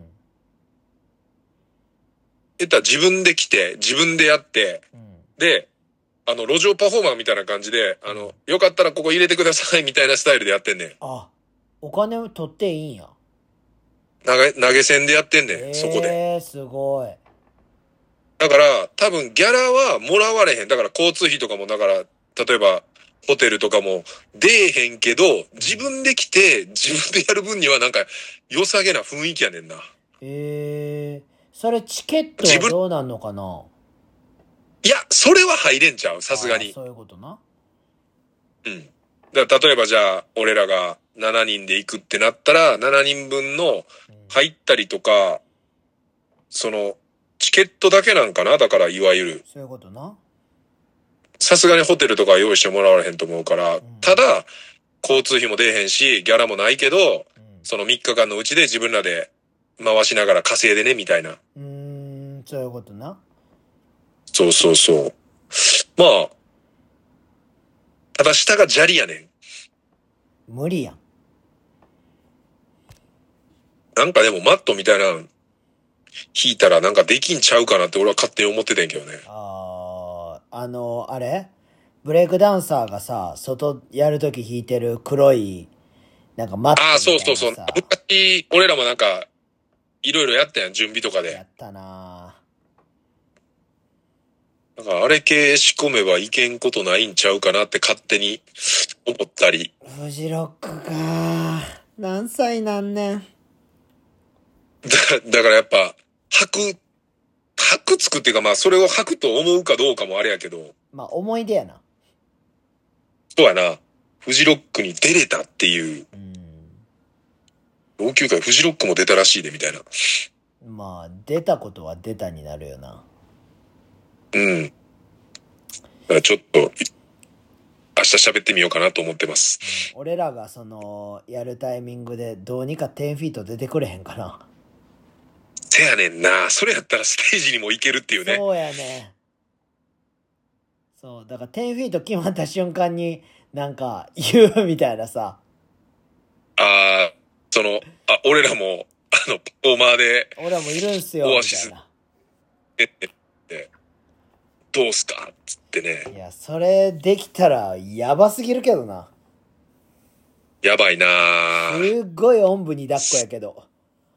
S2: 言ったら自分で来て、自分でやって、うん、で、あの、路上パフォーマーみたいな感じで、あの、よかったらここ入れてくださいみたいなスタイルでやってんねん。
S1: あ、お金を取っていいんや。
S2: 投げ、投げ銭でやってんねん、えー、そこで。
S1: えー、すごい。
S2: だから、多分ギャラはもらわれへん。だから交通費とかも、だから、例えば、ホテルとかも出えへんけど、自分で来て、自分でやる分にはなんか、良さげな雰囲気やねんな。
S1: ええー、それチケットはどうなんのかな？
S2: いや、それは入れんちゃう、さすがに。
S1: そういうことな。
S2: うん。だから例えばじゃあ、俺らがしちにんで行くってなったら、しちにんぶんの入ったりとか、うん、その、チケットだけなんかな？だからいわゆる。
S1: そういうことな。
S2: さすがにホテルとか用意してもらわれへんと思うから、うん、ただ、交通費も出えへんし、ギャラもないけど、うん、そのみっかかんのうちで自分らで回しながら稼いでね、みたいな。
S1: うーん、そういうことな。
S2: そうそうそう。まあ、ただ下が砂利やねん。
S1: 無理やん。
S2: なんかでもマットみたいなの引いたらなんかできんちゃうかなって俺は勝手に思ってたんやけどね。
S1: ああ、あの、あれブレイクダンサーがさ、外やるとき弾いてる黒い、なんかマットみたいなさ。ああ、
S2: そうそうそう。昔、俺らもなんか、いろいろやったやん、準備とかで。
S1: やったな
S2: ぁ。なんかあれ系仕込めばいけんことないんちゃうかなって勝手に思ったり。
S1: フジロックかー。何歳なんねん。
S2: だ、だからやっぱ、履く、履くつくっていうかまあそれを履くと思うかどうかもあれやけど。
S1: まあ思い出やな。
S2: そうやな。フジロックに出れたっていう。うん。老朽会フジロックも出たらしいでみたいな。
S1: まあ出たことは出たになるよな。
S2: うん。だからちょっと、明日喋ってみようかなと思ってます。
S1: うん、俺らがその、やるタイミングでどうにかじゅうフィート出てくれへんかな。
S2: せやねんな。それやったらステージにも行けるっていうね。
S1: そうやね。そう、だからじゅうフィート決まった瞬間になんか言うみたいなさ。
S2: ああ、その、あ、俺らも、あの、パフォーマーで、
S1: 俺らもいるんすよ、
S2: オアシス、えって、どうすかつってね。
S1: いや、それできたらやばすぎるけどな。
S2: やばいな
S1: すっごいおんぶに抱っこやけど。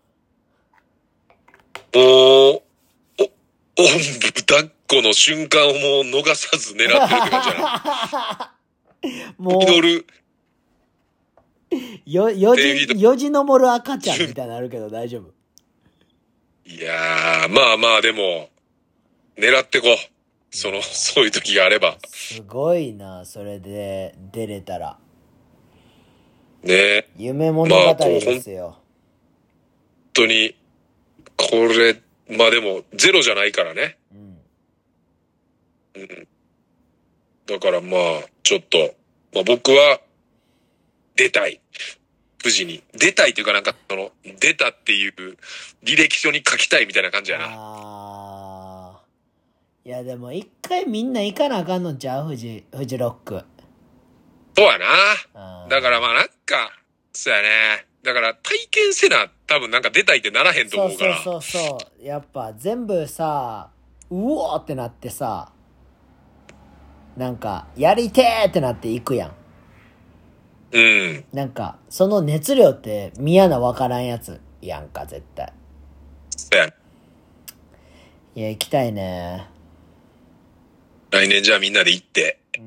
S2: おー、お、おんぶ抱っこの瞬間をもう逃さず狙ってるって感じやな。もう。祈る。
S1: よ、よじ、よじ登る赤ちゃんみたいになるけど大丈夫。
S2: いやー、まあまあでも、狙ってこう。その、そういう時があれば。
S1: すごいな、それで出れたら。
S2: ねえ。
S1: 夢物語ですよ。
S2: まあ、本当に、これまあでも、ゼロじゃないからね。
S1: うん。
S2: うん。だからまあ、ちょっと、まあ僕は、出たい。富士に。出たいっていうかなんか、その、出たっていう履歴書に書きたいみたいな感じやな。
S1: あー。いやでも一回みんな行かなあかんのちゃう富士、富士ロック。
S2: そうやな。
S1: あー
S2: だからまあなんか、そうやね。だから体験せな、多分なんか出たいってならへんと
S1: そう
S2: 思うから。
S1: そうそうそう。やっぱ全部さ、うおーってなってさ、なんか、やりてーってなって行くやん。
S2: うん。
S1: なんか、その熱量って宮なわからんやつやんか、絶対。
S2: そうや。
S1: いや、行きたいね。
S2: 来年じゃあみんなで行って、
S1: うん。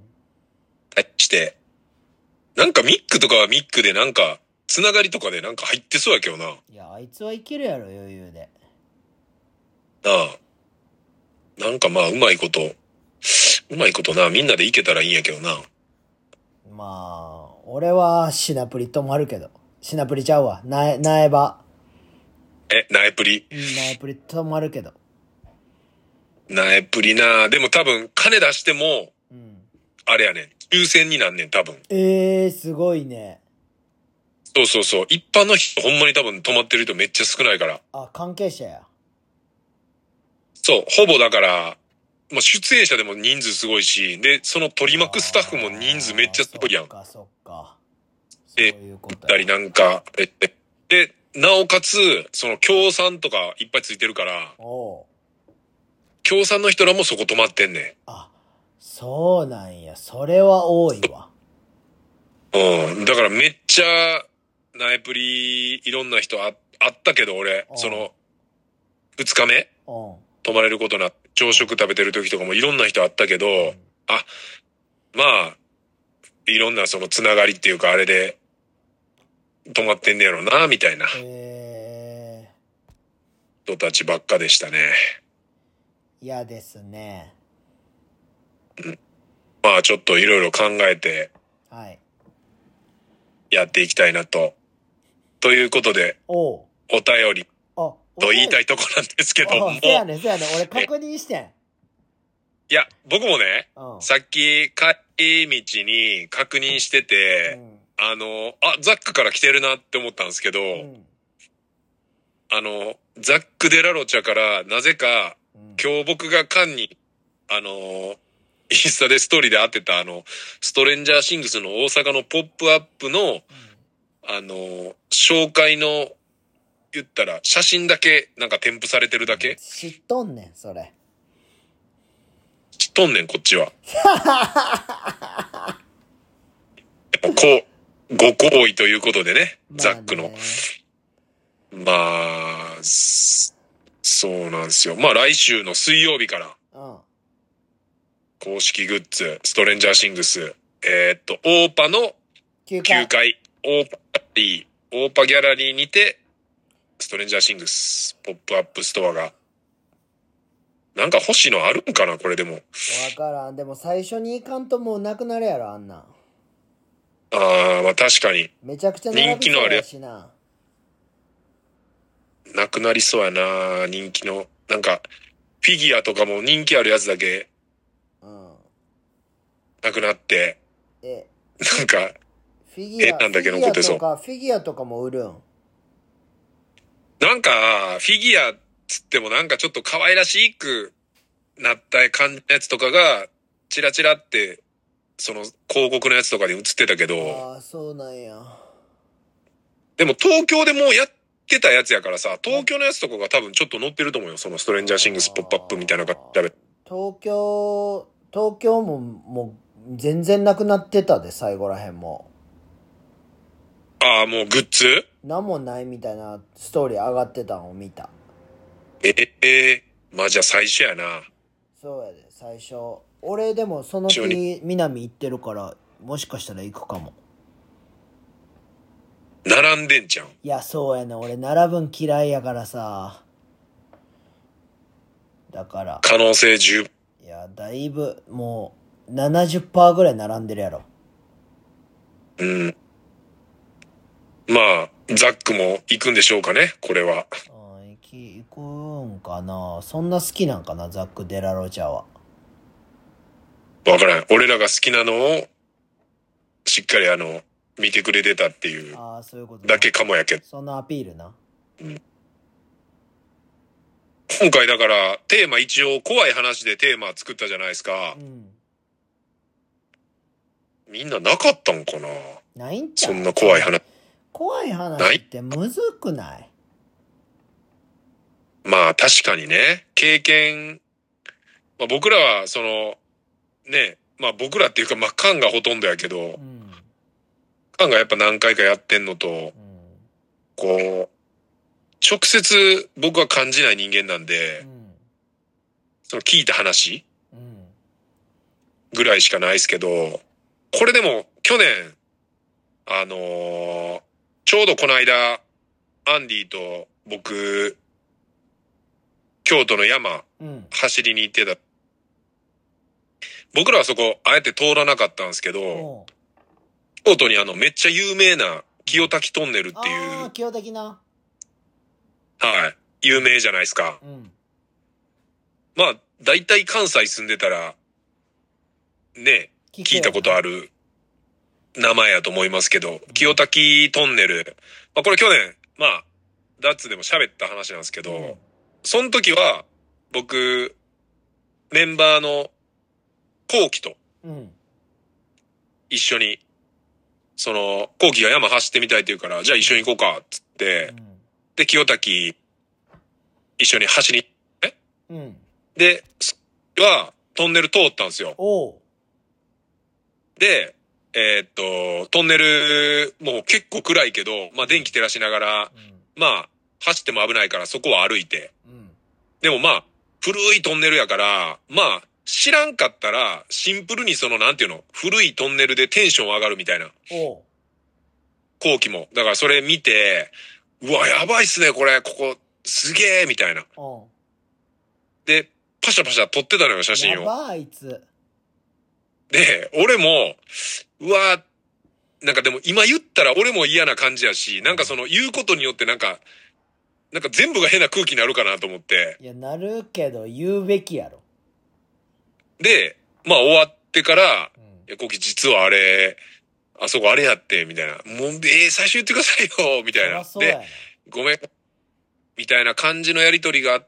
S2: タッチして。なんかミックとかはミックでなんか、つながりとかでなんか入ってそうやけどな。
S1: いや、あいつはいけるやろ、余裕で。
S2: なあ。なんかまあうまいこと、うまいことな、みんなで行けたらいいんやけどな。
S1: まあ、俺はシナプリ泊まるけど。シナプリちゃうわ。なえ、なえば。
S2: え、ナエプリ。
S1: うん、なえプリ泊まるけど。
S2: ナエプリな。でも多分金出しても、
S1: うん。
S2: あれやねん。抽選になんねん、多分。
S1: ええー、すごいね。
S2: そうそうそう。一般の人、ほんまに多分泊まってる人めっちゃ少ないから。
S1: あ、関係者や。
S2: そう、ほぼだから、まあ、出演者でも人数すごいし、で、その取り巻くスタッフも人数めっちゃすごいやん。
S1: そっかそっか。そう
S2: で、
S1: いうこと
S2: たりなんか、え、えで、なおかつ、その協賛とかいっぱいついてるから、
S1: おう。
S2: 協賛の人らもそこ泊まってんね
S1: あ、そうなんや。それは多いわ。
S2: ん。うん。だからめっちゃ、ナエプリ、いろんな人あ、あったけど、俺、
S1: うん
S2: その、二日目
S1: うん。
S2: 泊まれることになって、朝食食べてる時とかもいろんな人あったけど、あ、まあ、いろんなそのつながりっていうかあれで、泊まってんねやろな、みたいな
S1: え
S2: 人たちばっかでしたね。
S1: ー、嫌ですね。
S2: まあちょっといろいろ考えて
S1: はい。
S2: やっていきたいなと。ということで、
S1: おう。
S2: お便り
S1: あ、
S2: と言いた
S1: い
S2: いとこなんですけども。
S1: あ、せやねん、せやねん。俺確認してん。
S2: いや、僕もね、
S1: うん。
S2: さっき帰り道に確認してて、あの、あ、ザックから来てるなって思ったんですけど、
S1: うん。うん。
S2: あの、ザック・デラロチャからなぜか、
S1: うん
S2: 今日僕が缶に、あの、インスタでストーリーで当てたあの、ストレンジャーシングスの大阪のポップアップの、あの、紹介の、言ったら写真だけなんか添付されてるだけ
S1: 知っとんねん、それ。
S2: 知っとんねん、こっちは。こう、ご好意ということでね、ザックの。まあ、すそうなんですよ。まあ来週の水曜日から、
S1: うん。
S2: 公式グッズ、ストレンジャーシングス、えーっと、オーパの
S1: 9
S2: きゅう
S1: 回。
S2: かい、オーパギャラリー、オーパギャラリーにて、ストレンジャーシングス、ポップアップストアが、なんか欲しいのあるんかなこれでも。
S1: わからん。でも最初に行かんともうなくなるやろ、あんなん。
S2: ああ、まあ確かに。
S1: めちゃくちゃ並びそうやしな。
S2: なくなりそうやな人気の。なんか、フィギュアとかも人気あるやつだけ、
S1: うん。
S2: なくなって、
S1: え、
S2: なんか、
S1: フィギュア、
S2: えなんだっけ
S1: フィギュア
S2: 残ってそう
S1: とか、フィギュアとかも売るん。
S2: なんか、フィギュアっつってもなんかちょっと可愛らしくなった感じのやつとかが、チラチラって、その広告のやつとかで映ってたけど、
S1: ああ、そうなんや。
S2: でも東京でもうやってたやつやからさ、東京のやつとかが多分ちょっと載ってると思うよ。そのストレンジャーシングスポップアップみたいな感じで。
S1: 東京、東京ももう全然なくなってたで、最後らへんも。
S2: ああ、もうグッズ
S1: なんもないみたいなストーリー上がってたのを見た。
S2: ええー、まあじゃあ最初やな。
S1: そうやで、最初。俺でもその日、南行ってるから、もしかしたら行くかも。
S2: 並んでんじゃん。
S1: いや、そうやね。俺、並ぶん嫌いやからさ。だから。
S2: 可能性十分。
S1: いや、だいぶ、もう、ななじゅっパーセントぐらい並んでるやろ。
S2: うん。まあ、ザックも行くんでしょうかね、これは。
S1: ああ、行き、行くうんかな。そんな好きなんかな、ザック・デラロチャは。
S2: わからん。俺らが好きなのを、しっかりあの、見てくれてたっていう
S1: ああ、そういうこと
S2: だけかもやけど。
S1: そのアピールな。
S2: うん、今回だからテーマ一応怖い話でテーマ作ったじゃないですか。うん、みんななかったんかな。
S1: ないんちゃう？
S2: そんな怖い話。
S1: 怖い話ってむずくない？
S2: まあ確かにね、経験、まあ、僕らはその、ね、まあ僕らっていうか、まあカンがほとんどやけど、うん、カンがやっぱ何回かやってんのと、うん、こう、直接僕は感じない人間なんで、うん、その聞いた話、うん、ぐらいしかないですけど、これでも去年、あのー、ちょうどこの間、アンディと僕、京都の山、走りに行ってた。僕らはそこ、あえて通らなかったんですけど、京都にあの、めっちゃ有名な清滝トンネルっていう。
S1: ああ、清滝な。
S2: はい。有名じゃないですか。うん、まあ、大体関西住んでたら、ね、聞いたことある名前やと思いますけど、うん、清滝トンネル。まあ、これ去年、まあ、ダッツでも喋った話なんですけど、うん、その時は、僕、メンバーの、コウキと、一緒に、その、コウキが山走ってみたいって言うから、じゃあ一緒に行こうか、つって、うん、で、清滝、一緒に走り、え、うん、で、は、トンネル通ったんですよ。で、えー、っと、トンネル、もう結構暗いけど、まあ電気照らしながら、うん、まあ、走っても危ないからそこは歩いて。うん、でもまあ、古いトンネルやから、まあ、知らんかったら、シンプルにその、なんていうの、古いトンネルでテンション上がるみたいな。後期も。だからそれ見て、うわ、やばいっすね、これ、ここ、すげえみたいな。で、パシャパシャ撮ってたのよ、写真を。
S1: やばい、あいつ。
S2: で、俺も、うわ、なんかでも今言ったら俺も嫌な感じやし、なんかその言うことによってなんか、なんか全部が変な空気になるかなと思って。
S1: いや、なるけど言うべきやろ。
S2: で、まあ終わってから、うん、いや、コキ実はあれ、あそこあれやって、みたいな。もう、えー、最初言ってくださいよ、みたいな。で、ごめん、みたいな感じのやりとりがあって、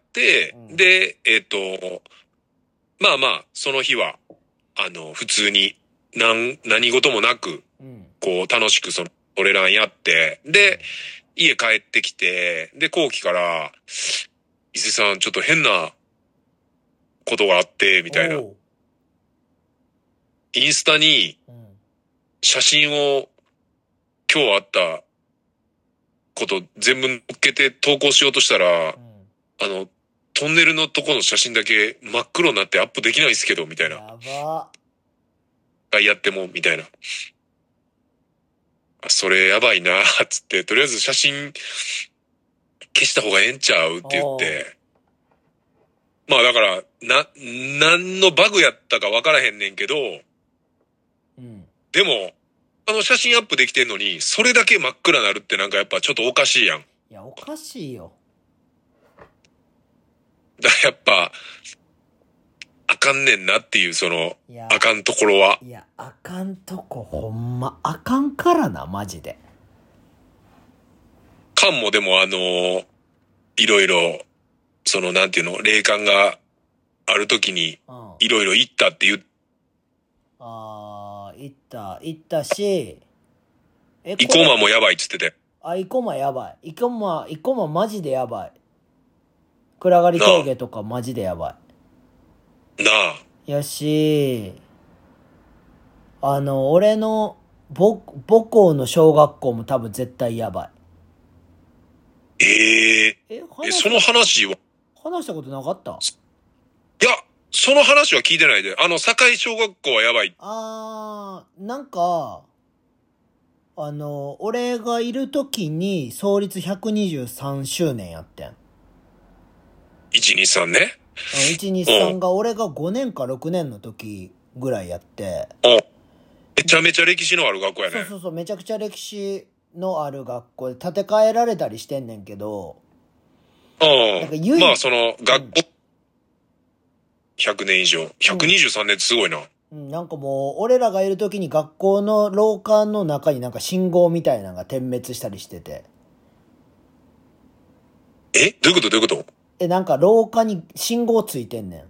S2: うん、で、えっと、まあまあ、その日は、あの、普通に、なん、何事もなく、うん、こう、楽しくその、トレランやって、で、家帰ってきて、で、後期から、伊勢さん、ちょっと変なことがあって、みたいな。インスタに、写真を、今日あったこと全部載っけて投稿しようとしたら、うん、あの、トンネルのとこの写真だけ真っ黒になってアップできないんですけど、みたいな。やば。やっても、みたいな。あ、それやばいな、つって、とりあえず写真消した方がええんちゃうって言って。まあだから、な、何のバグやったか分からへんねんけど、うん、でも、あの写真アップできてんのに、それだけ真っ暗なるってなんかやっぱちょっとおかしいやん。い
S1: や、おかしいよ。
S2: だからやっぱ、あかんねんなっていう、その、あかんところは。
S1: いや、あかんとこほんま、あかんからな、マジで。
S2: かんもでもあのー、いろいろ、その、なんていうの、霊感があるときに、いろいろ言ったって言っ、うん、
S1: あー、言った、言ったし、
S2: え、生駒もやばいっつってて。
S1: あ、生駒やばい。生駒、生駒マジでやばい。暗がり峠とかマジでやば
S2: い。なあ。
S1: やし、あの、俺の母、母校の小学校も多分絶対やば
S2: い。ええー。え、え、その話は
S1: 話したことなかった？
S2: いや、その話は聞いてないで。あの、堺小学校はやばい。
S1: あー、なんか、あの、俺がいる時に創立ひゃくにじゅうさんしゅうねんやってん。
S2: いちにさんね。
S1: いちにさんが俺がごねんかろくねんの時ぐらいやって。
S2: めちゃめちゃ歴史のある学校やね。
S1: そうそうそう、めちゃくちゃ歴史のある学校で建て替えられたりしてんねんけど、
S2: ああ。
S1: なんか唯一
S2: まあ、その、学
S1: うん
S2: 校、ひゃくねん以上。ひゃくにじゅうさんねんってすごいな。
S1: うん、なんかもう、俺らがいる時に学校の廊下の中になんか信号みたいなのが点滅したりしてて。
S2: えどういうことどういうこと
S1: え、なんか廊下に信号ついてんねん。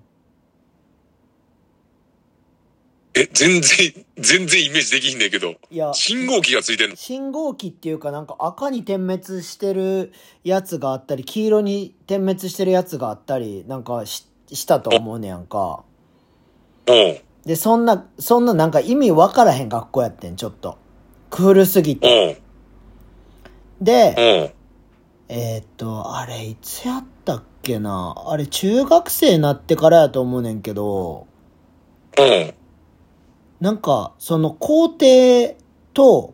S2: え、全然、全然イメージできひんねんけど。
S1: いや、
S2: 信号機がついてんの？
S1: 信号機っていうかなんか赤に点滅してるやつがあったり、黄色に点滅してるやつがあったり、なんかし、したと思うねやんか。
S2: うん。
S1: で、そんな、そんななんか意味わからへん学校やってん、ちょっと。クールすぎて。
S2: うん。
S1: で、
S2: うん。
S1: えーっと、あれ、いつやったっけな。あれ、中学生になってからやと思うねんけど、
S2: うん。
S1: なんか、その校庭と、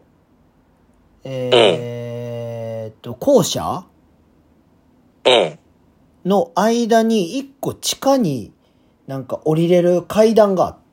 S1: えーっと、校舎
S2: うん。
S1: の間に一個地下になんか降りれる階段があって。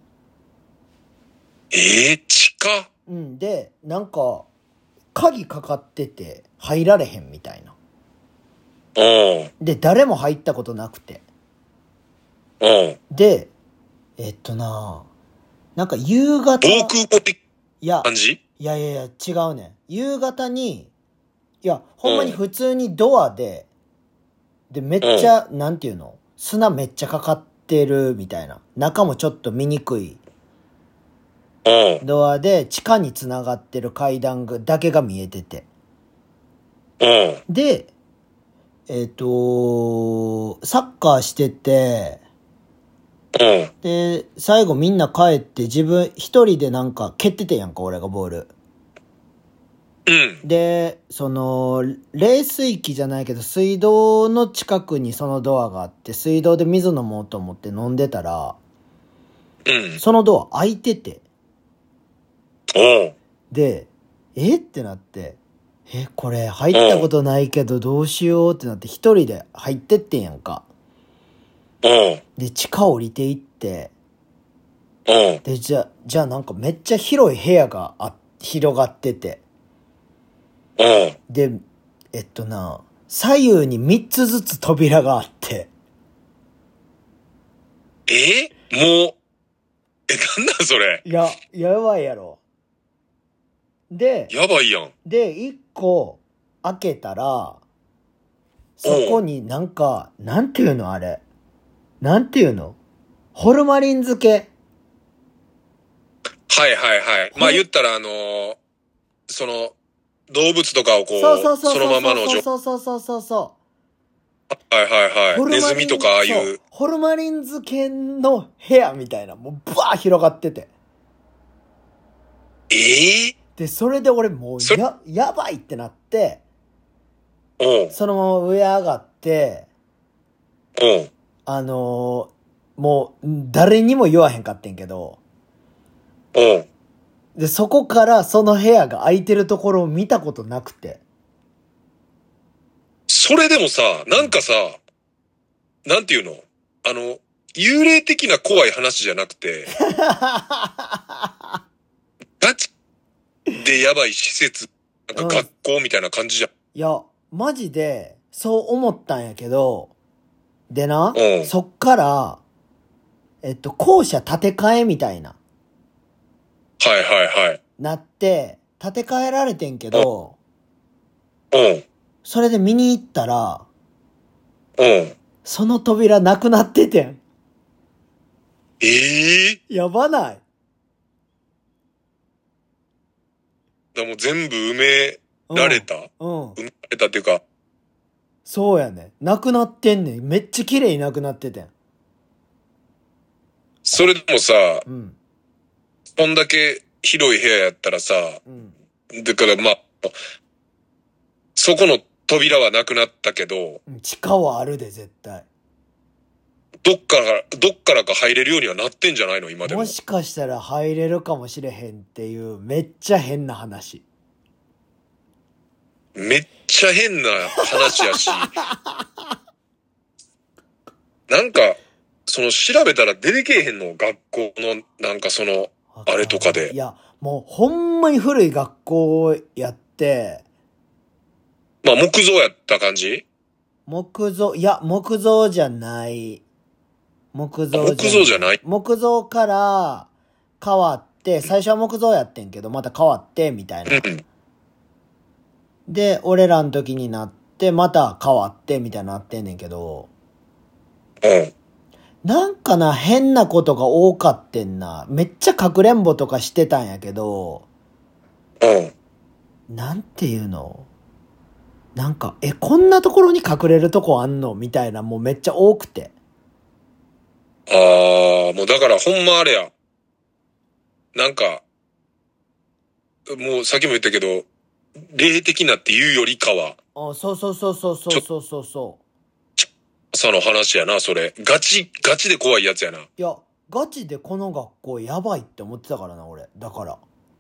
S2: えー、地下？
S1: うん、で、なんか、鍵かかってて入られへんみたいな。
S2: うん。
S1: で、誰も入ったことなくて。
S2: うん。
S1: で、えっとな、なんか夕方、
S2: 防空壕的
S1: いや、
S2: 感じ？
S1: いやいやいや、違うねん。夕方に、いや、ほんまに普通にドアで、で、めっちゃ、なんていうの砂めっちゃかかってるみたいな。中もちょっと見にくい
S2: うん。
S1: ドアで、地下に繋がってる階段がだけが見えてて。
S2: うん。
S1: で、えっと、サッカーしてて、
S2: うん。
S1: で、最後みんな帰って自分一人でなんか蹴っててやんか、俺がボール。
S2: うん。
S1: で、その、冷水器じゃないけど、水道の近くにそのドアがあって、水道で水飲もうと思って飲んでたら、
S2: うん。
S1: そのドア開いてて、
S2: うん。
S1: で、えってなって、え、これ入ったことないけどどうしようってなって一人で入ってってんやんか。
S2: うん。
S1: で、地下降りていって、
S2: うん。
S1: で、じゃあ、じゃあなんかめっちゃ広い部屋があ、広がってて、
S2: うん。
S1: で、えっとな、左右に三つずつ扉があって、
S2: えもう、え、なんなんそれ？
S1: いや、やばいやろ。で、
S2: やばいやん。
S1: で、一個開けたら、そこになんか、なんていうのあれ。なんていうのホルマリン漬け。
S2: はいはいはい。まあ言ったらあのーその、動物とかをこう、
S1: そうそうそう
S2: そのままの状
S1: そうそうそうそうそ
S2: はいは
S1: う。
S2: いはい。ネズミとかああい
S1: そう
S2: う。
S1: ホルマリン漬けの部屋みたいな、もうバー広がってて。
S2: ええ
S1: で、それで俺もう
S2: そ
S1: や、やばいってなって、
S2: うん。
S1: そのまま上上がって、
S2: うん。
S1: あのーもう、誰にも言わへんかってんけど、
S2: うん。
S1: で、そこからその部屋が空いてるところを見たことなくて。
S2: それでもさ、なんかさ、なんていうのあの、幽霊的な怖い話じゃなくて、ガチでやばい施設、なんか学校みたいな感じじゃん。
S1: いや、マジで、そう思ったんやけど、でな、
S2: うん
S1: そっから、えっと、校舎建て替えみたいな、
S2: はいはいはい。
S1: なって、建て替えられてんけど、
S2: うん。
S1: それで見に行ったら、
S2: うん。
S1: その扉なくなっててん。
S2: ええ
S1: やばない？
S2: だもう全部埋められた、
S1: うん。
S2: 埋められたっていうか、
S1: そうやね。なくなってんねん。めっちゃ綺麗になくなっててん。
S2: それでもさ、
S1: うん。
S2: こんだけ広い部屋やったらさ、
S1: うん。
S2: だからまあ、そこの扉はなくなったけど、
S1: 地下はあるで、絶対。
S2: どっから、どっからか入れるようにはなってんじゃないの今でも。
S1: もしかしたら入れるかもしれへんっていう、めっちゃ変な話。
S2: めっちゃ変な話やし、なんか、その調べたら出てけえへんの学校の、なんかその、あれとかで
S1: いや、もうほんまに古い学校やって、
S2: まあ木造やった感じ？
S1: 木造、いや、木造じゃない。木造じゃない。
S2: 木造じゃない
S1: 木造から変わって、最初は木造やってんけど、また変わって、みたいな。
S2: うん。
S1: で、俺らの時になって、また変わって、みたいになってんねんけど、
S2: うん。
S1: なんかな、変なことが多かってんな。めっちゃかくれんぼとかしてたんやけど、
S2: うん。
S1: なんていうのなんか、え、こんなところに隠れるとこあんのみたいな、もうめっちゃ多くて。
S2: ああ、もうだからほんまあれや。なんか、もうさっきも言ったけど、霊的なっていうよりかは、
S1: あ、そうそうそうそうそうそうそうそ
S2: 朝の話やな、それ。ガチ、ガチで怖いやつやな。
S1: う。いや、ガチでこの学校やばいって思ってたからな、俺。だから。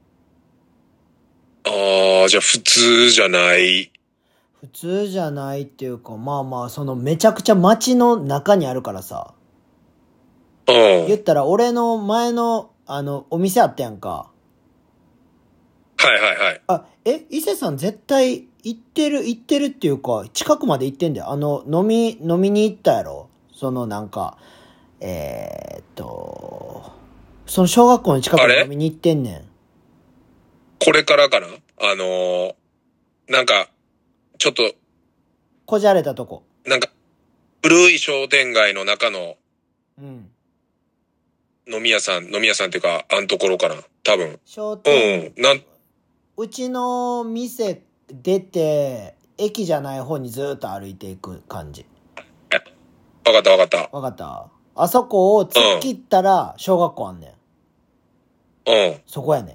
S2: ああ、じゃあ普通じゃない。
S1: 普通じゃないっていうか、まあまあ、そのめちゃくちゃ街の中にあるからさ。
S2: うん。
S1: 言ったら俺の前の、あの、お店あったやんか。
S2: はいはいはい。
S1: あ、え、伊勢さん絶対行ってる、行ってるっていうか、近くまで行ってんだよ。あの、飲み、飲みに行ったやろ。そのなんか、えー、っと、その小学校の近くに飲みに行ってんねん。
S2: これからかなあのー、なんか、ちょっと、
S1: こじゃれたとこ。
S2: なんか、古い商店街の中の
S1: うん。
S2: 飲み屋さん、飲み屋さんっていうか、あんところかな多分。
S1: 商
S2: う
S1: 店、
S2: ん、なん、
S1: うちの店出て、駅じゃない方にずーっと歩いていく感じ。
S2: わかったわかった。
S1: わかった？あそこを突っ切ったら小学校あんねん。
S2: うん。
S1: そこやねん。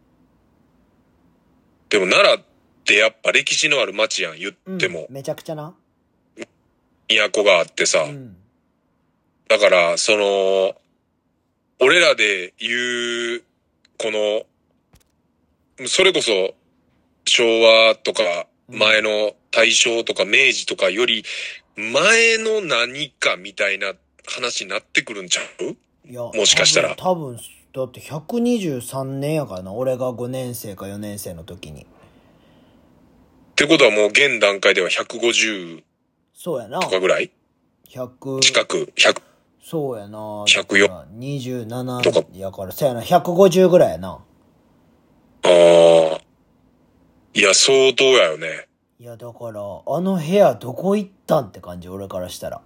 S2: でも奈良ってやっぱ歴史のある町やん、言っても。
S1: うん、めちゃくちゃな。
S2: 都があってさ。
S1: うん。
S2: だから、その、俺らで言う、この、それこそ、昭和とか、前の大正とか明治とかより、前の何かみたいな話になってくるんちゃう？
S1: いや、
S2: もしかしたら。
S1: 多分、多分だってひゃくにじゅうさんねんやからな。俺がごねん生かよねん生の時に。
S2: ってことはもう現段階ではひゃくごじゅう
S1: そうやな。
S2: とかぐらい
S1: ひゃく。
S2: 近く、ひゃく。
S1: そうやな。
S2: ひゃくよん。
S1: にじゅうなな
S2: とか
S1: やから、そうやな。ひゃくごじゅうぐらいやな。
S2: ああ。いや、相当やよね。
S1: いや、だから、あの部屋どこ行ったんって感じ、俺からしたら。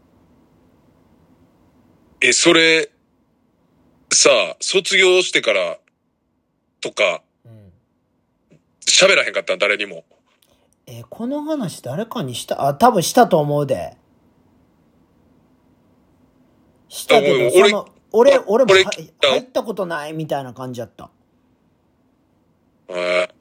S2: え、それ、さあ、卒業してからとか、
S1: うん。
S2: 喋らへんかったん誰にも。
S1: え、この話誰かにした、あ、多分したと思うで。したけど、
S2: あ俺
S1: その、俺、俺も
S2: 俺
S1: は入ったことないみたいな感じやった。
S2: えー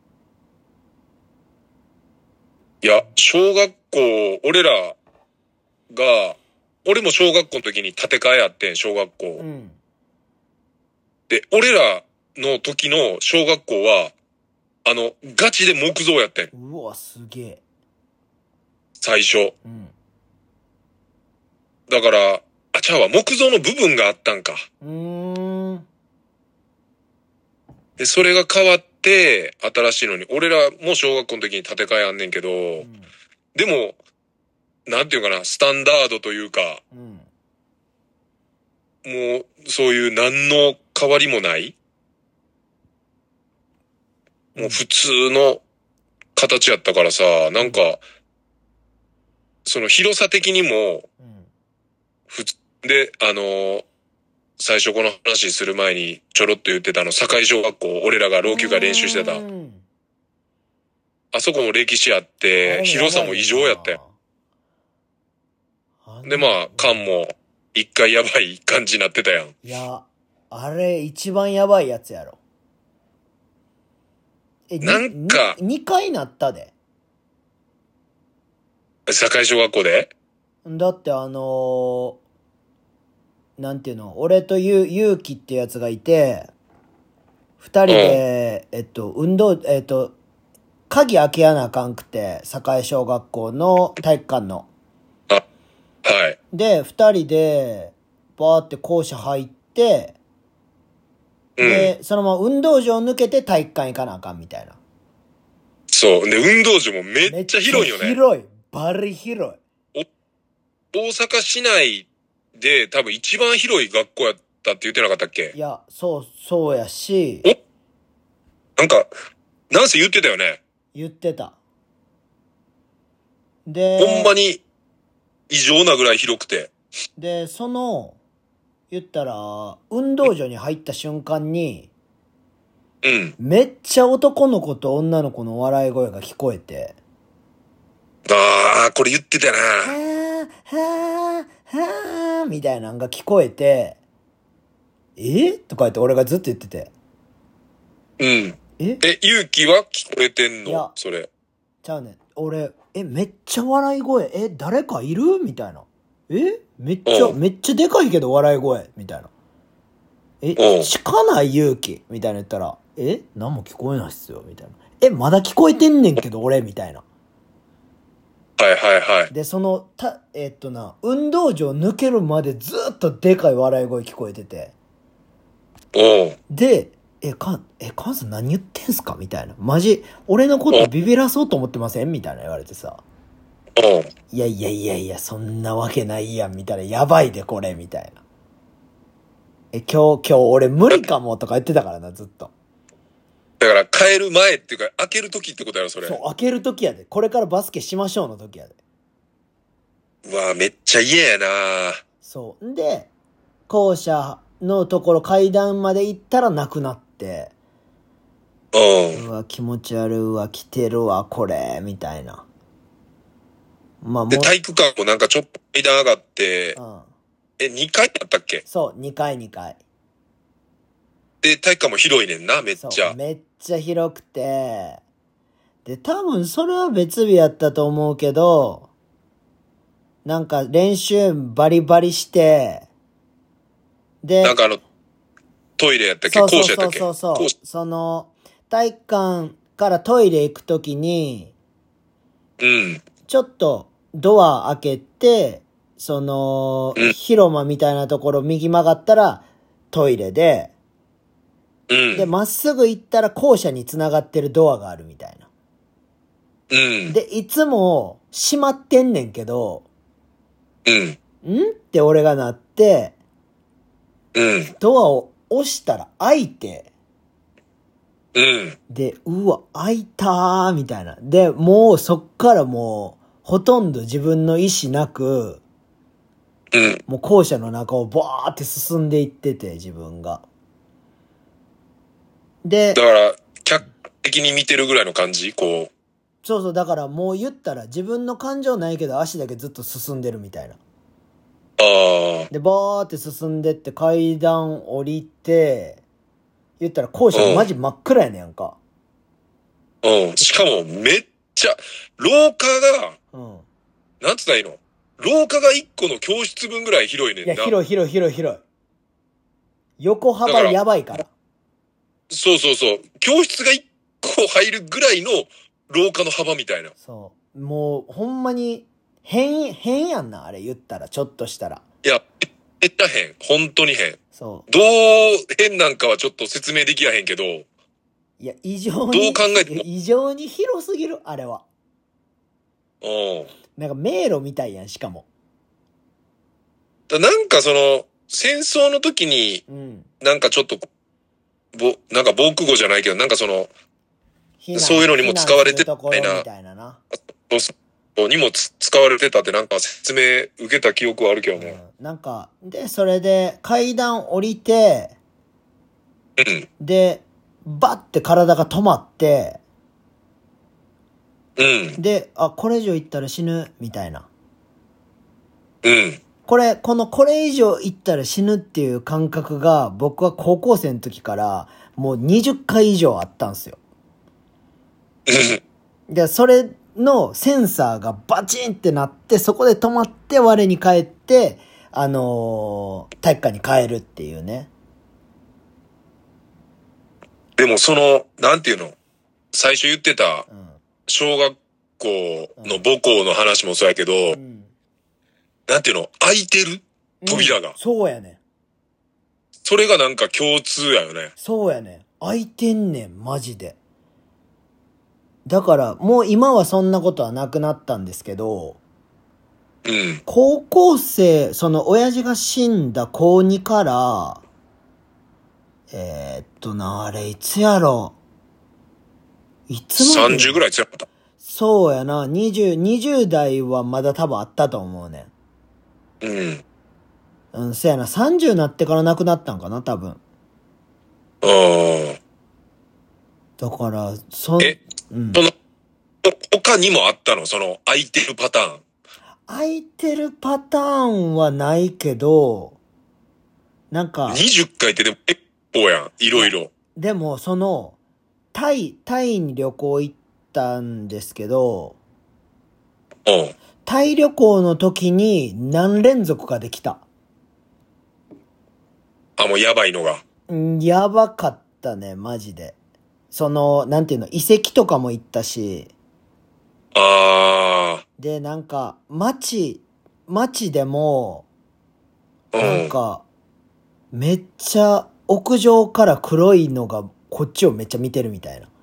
S2: いや、小学校、俺らが、俺も小学校の時に建て替えあってん、小学校。
S1: うん。
S2: で、俺らの時の小学校は、あの、ガチで木造やってん。
S1: うわ、すげえ。
S2: 最初。
S1: うん。
S2: だから、あ、ちゃうわ、木造の部分があったんか。
S1: うーん。
S2: で、それが変わって、新しいのに、俺らも小学校の時に建て替えあんねんけど、
S1: うん。
S2: でも、なんていうかな、スタンダードというか、
S1: うん。
S2: もう、そういう何の変わりもない、もう普通の形やったからさ、なんか、その広さ的にも、
S1: うん。
S2: 普通で、あの、最初この話する前にちょろっと言ってたあの、堺小学校、俺らが老朽化練習してた。
S1: うん。
S2: あそこも歴史あって、広さも異常やったよ。で、まあ、缶も一回やばい感じになってたやん。
S1: いや、あれ一番やばいやつやろ。え、
S2: なんか
S1: に、にかいなったで。
S2: 堺小学校で
S1: だってあのー、なんていうの、俺とゆ、ゆうきってやつがいて、二人で、えっと、運動、えっと、鍵開けやなあかんくて、堺小学校の体育館の。
S2: あ、はい。
S1: で、二人で、バーって校舎入って、
S2: うん。
S1: で、そのまま運動場抜けて体育館行かなあかんみたいな。
S2: そう。で、運動場もめっちゃ広いよね。
S1: めっちゃ広い。 バリ広い。
S2: 大阪市内で多分一番広い学校やったって言ってなかったっけ？
S1: いや、そう、そうやし。
S2: おなんか、なんせ言ってたよね。
S1: 言ってた。で、
S2: ほんまに異常なぐらい広くて。
S1: で、その、言ったら、運動場に入った瞬間に、
S2: うん。
S1: めっちゃ男の子と女の子の笑い声が聞こえて、
S2: ああ、これ言ってたな。
S1: はぁ、はぁ、はぁ、みたいなのが聞こえて、えとか言って俺がずっと言ってて。
S2: うん。
S1: え
S2: え、ゆうきは聞こえてん
S1: いや
S2: のそれ。
S1: ちゃうね。俺、え、めっちゃ笑い声。え、誰かいるみたいな。えめっちゃ、
S2: うん
S1: めっちゃでかいけど笑い声。みたいな。え、
S2: うん
S1: 聞かない勇気みたいな言ったら、え何も聞こえないっすよ。みたいな。え、まだ聞こえてんねんけど俺みたいな。
S2: はいはいはい。
S1: で、その、た、えっとな、運動場抜けるまでずっとでかい笑い声聞こえてて。
S2: おう。
S1: で、え、かん、え、カンさん何言ってんすかみたいな。マジ、俺のことビビらそうと思ってませんみたいな言われてさ。
S2: おう。
S1: いやいやいやいや、そんなわけないやん、みたいな。やばいで、これ、みたいな。え、今日、今日俺無理かもとか言ってたからな、ずっと。
S2: だから帰る前っていうか、開ける時ってことやろ、それ。
S1: そう、開ける時やで。これからバスケしましょうの時やで。
S2: うわめっちゃ嫌やな。
S1: そう。んで、校舎のところ階段まで行ったらなくなって、
S2: うん。
S1: うわ、気持ち悪いわ、来てるわ、これ、みたいな。まあもう、
S2: で、体育館もなんかちょっと階段上がって
S1: う、ん。
S2: え、にかいだったっけ？
S1: そう、にかいにかい。
S2: で、体育館も広いねんな、めっ
S1: そう、
S2: ちゃ。
S1: めっちゃ広くて、で、多分それは別日やったと思うけど、なんか練習バリバリして、で、
S2: なんかあの、トイレやったっけ？
S1: そうそう
S2: 校舎やったっけ？
S1: そうそう
S2: 校舎。
S1: その、体育館からトイレ行くときに、
S2: うん。
S1: ちょっとドア開けて、その、
S2: うん
S1: 広間みたいなところ右曲がったらトイレで、
S2: うん。
S1: で、まっすぐ行ったら校舎に繋がってるドアがあるみたいな。
S2: うん。
S1: で、いつも閉まってんねんけど、
S2: うん。
S1: んって俺がなって、
S2: うん。
S1: ドアを押したら開いて、
S2: うん。
S1: で、うわ、開いたー、みたいな。で、もうそっからもう、ほとんど自分の意思なく、
S2: うん。
S1: もう校舎の中をバーって進んでいってて、自分が。で
S2: だ、から、客観的に見てるぐらいの感じこう。
S1: そうそう、だからもう言ったら自分の感情ないけど足だけずっと進んでるみたいな。
S2: ああ。
S1: で、バーって進んでって階段降りて、言ったら校舎マジ真っ暗やねんか。
S2: うん。しかも、めっちゃ、廊下が、
S1: うん。
S2: なんつったらいいの？廊下がいっこの教室分ぐらい広いねん
S1: いや、
S2: な。
S1: 広い広い広い広い。横幅やばいから。
S2: そうそうそう。教室がいっこ入るぐらいの廊下の幅みたいな。
S1: そう。もう、ほんまに、変、変やんな、あれ言ったら、ちょっとしたら。
S2: いや、めっちゃ変。本当に変。
S1: そう。
S2: どう変なんかはちょっと説明できやへんけど、
S1: いや、異常に、
S2: どう考えても
S1: 異常に広すぎる、あれは。
S2: うん。
S1: なんか迷路みたいやん、しかも。
S2: だなんかその、戦争の時に、
S1: うん。
S2: なんかちょっと、ぼ、なんか防空壕じゃないけど、なんかその、
S1: 避難
S2: そういうのにも使われて
S1: 避難するところ
S2: みたいな
S1: みたいなな。
S2: にもつ使われてたってなんか説明受けた記憶はあるけどね。
S1: うん、なんか、で、それで階段降りて、
S2: うん。
S1: で、バッて体が止まって、
S2: うん。
S1: で、あ、これ以上行ったら死ぬ、みたいな。
S2: うん。
S1: これ、このこれ以上行ったら死ぬっていう感覚が僕は高校生の時からもうにじゅっかい以上あったんすよ。で、それのセンサーがバチンってなってそこで止まって我に返って、あのー、体育館に帰るっていうね。
S2: でもその、なんていうの最初言ってた
S1: うん。
S2: 小学校の母校の話もそうやけど、
S1: うん。
S2: なんていうの開いてる扉が、
S1: うん、そうやね。
S2: それがなんか共通やよね。
S1: そうやね。開いてんねん、マジで。 だからもう今はそんなことはなくなったんですけど、
S2: うん。
S1: 高校生、その親父が死んだ高にから、えー、っとな、あれいつやろいつまで
S2: さんじゅうぐらい強かった。
S1: そうやな、にじゅう、にじゅう代はまだ多分あったと思うね
S2: うん。
S1: ん。うん、せやな、さんじゅうになってから亡くなったんかな、多分。
S2: ああ。
S1: だから、そ、
S2: え、
S1: うん。
S2: その、他にもあったのその、空いてるパターン。
S1: 空いてるパターンはないけど、なんか、
S2: にじゅっかいってでも結構やん。いろいろ。
S1: でも、その、タイ、タイに旅行行ったんですけど、
S2: うん。
S1: タイ旅行の時に何連続かできた。
S2: あ、もうやばいのが。
S1: んやばかったね、マジで。その、なんていうの、遺跡とかも行ったし、
S2: あ
S1: で、なんか、街、街でも、
S2: あ。う
S1: なん
S2: ん。
S1: か、めっちゃ屋上から黒いのがこっちをめっちゃ見てるみたいな。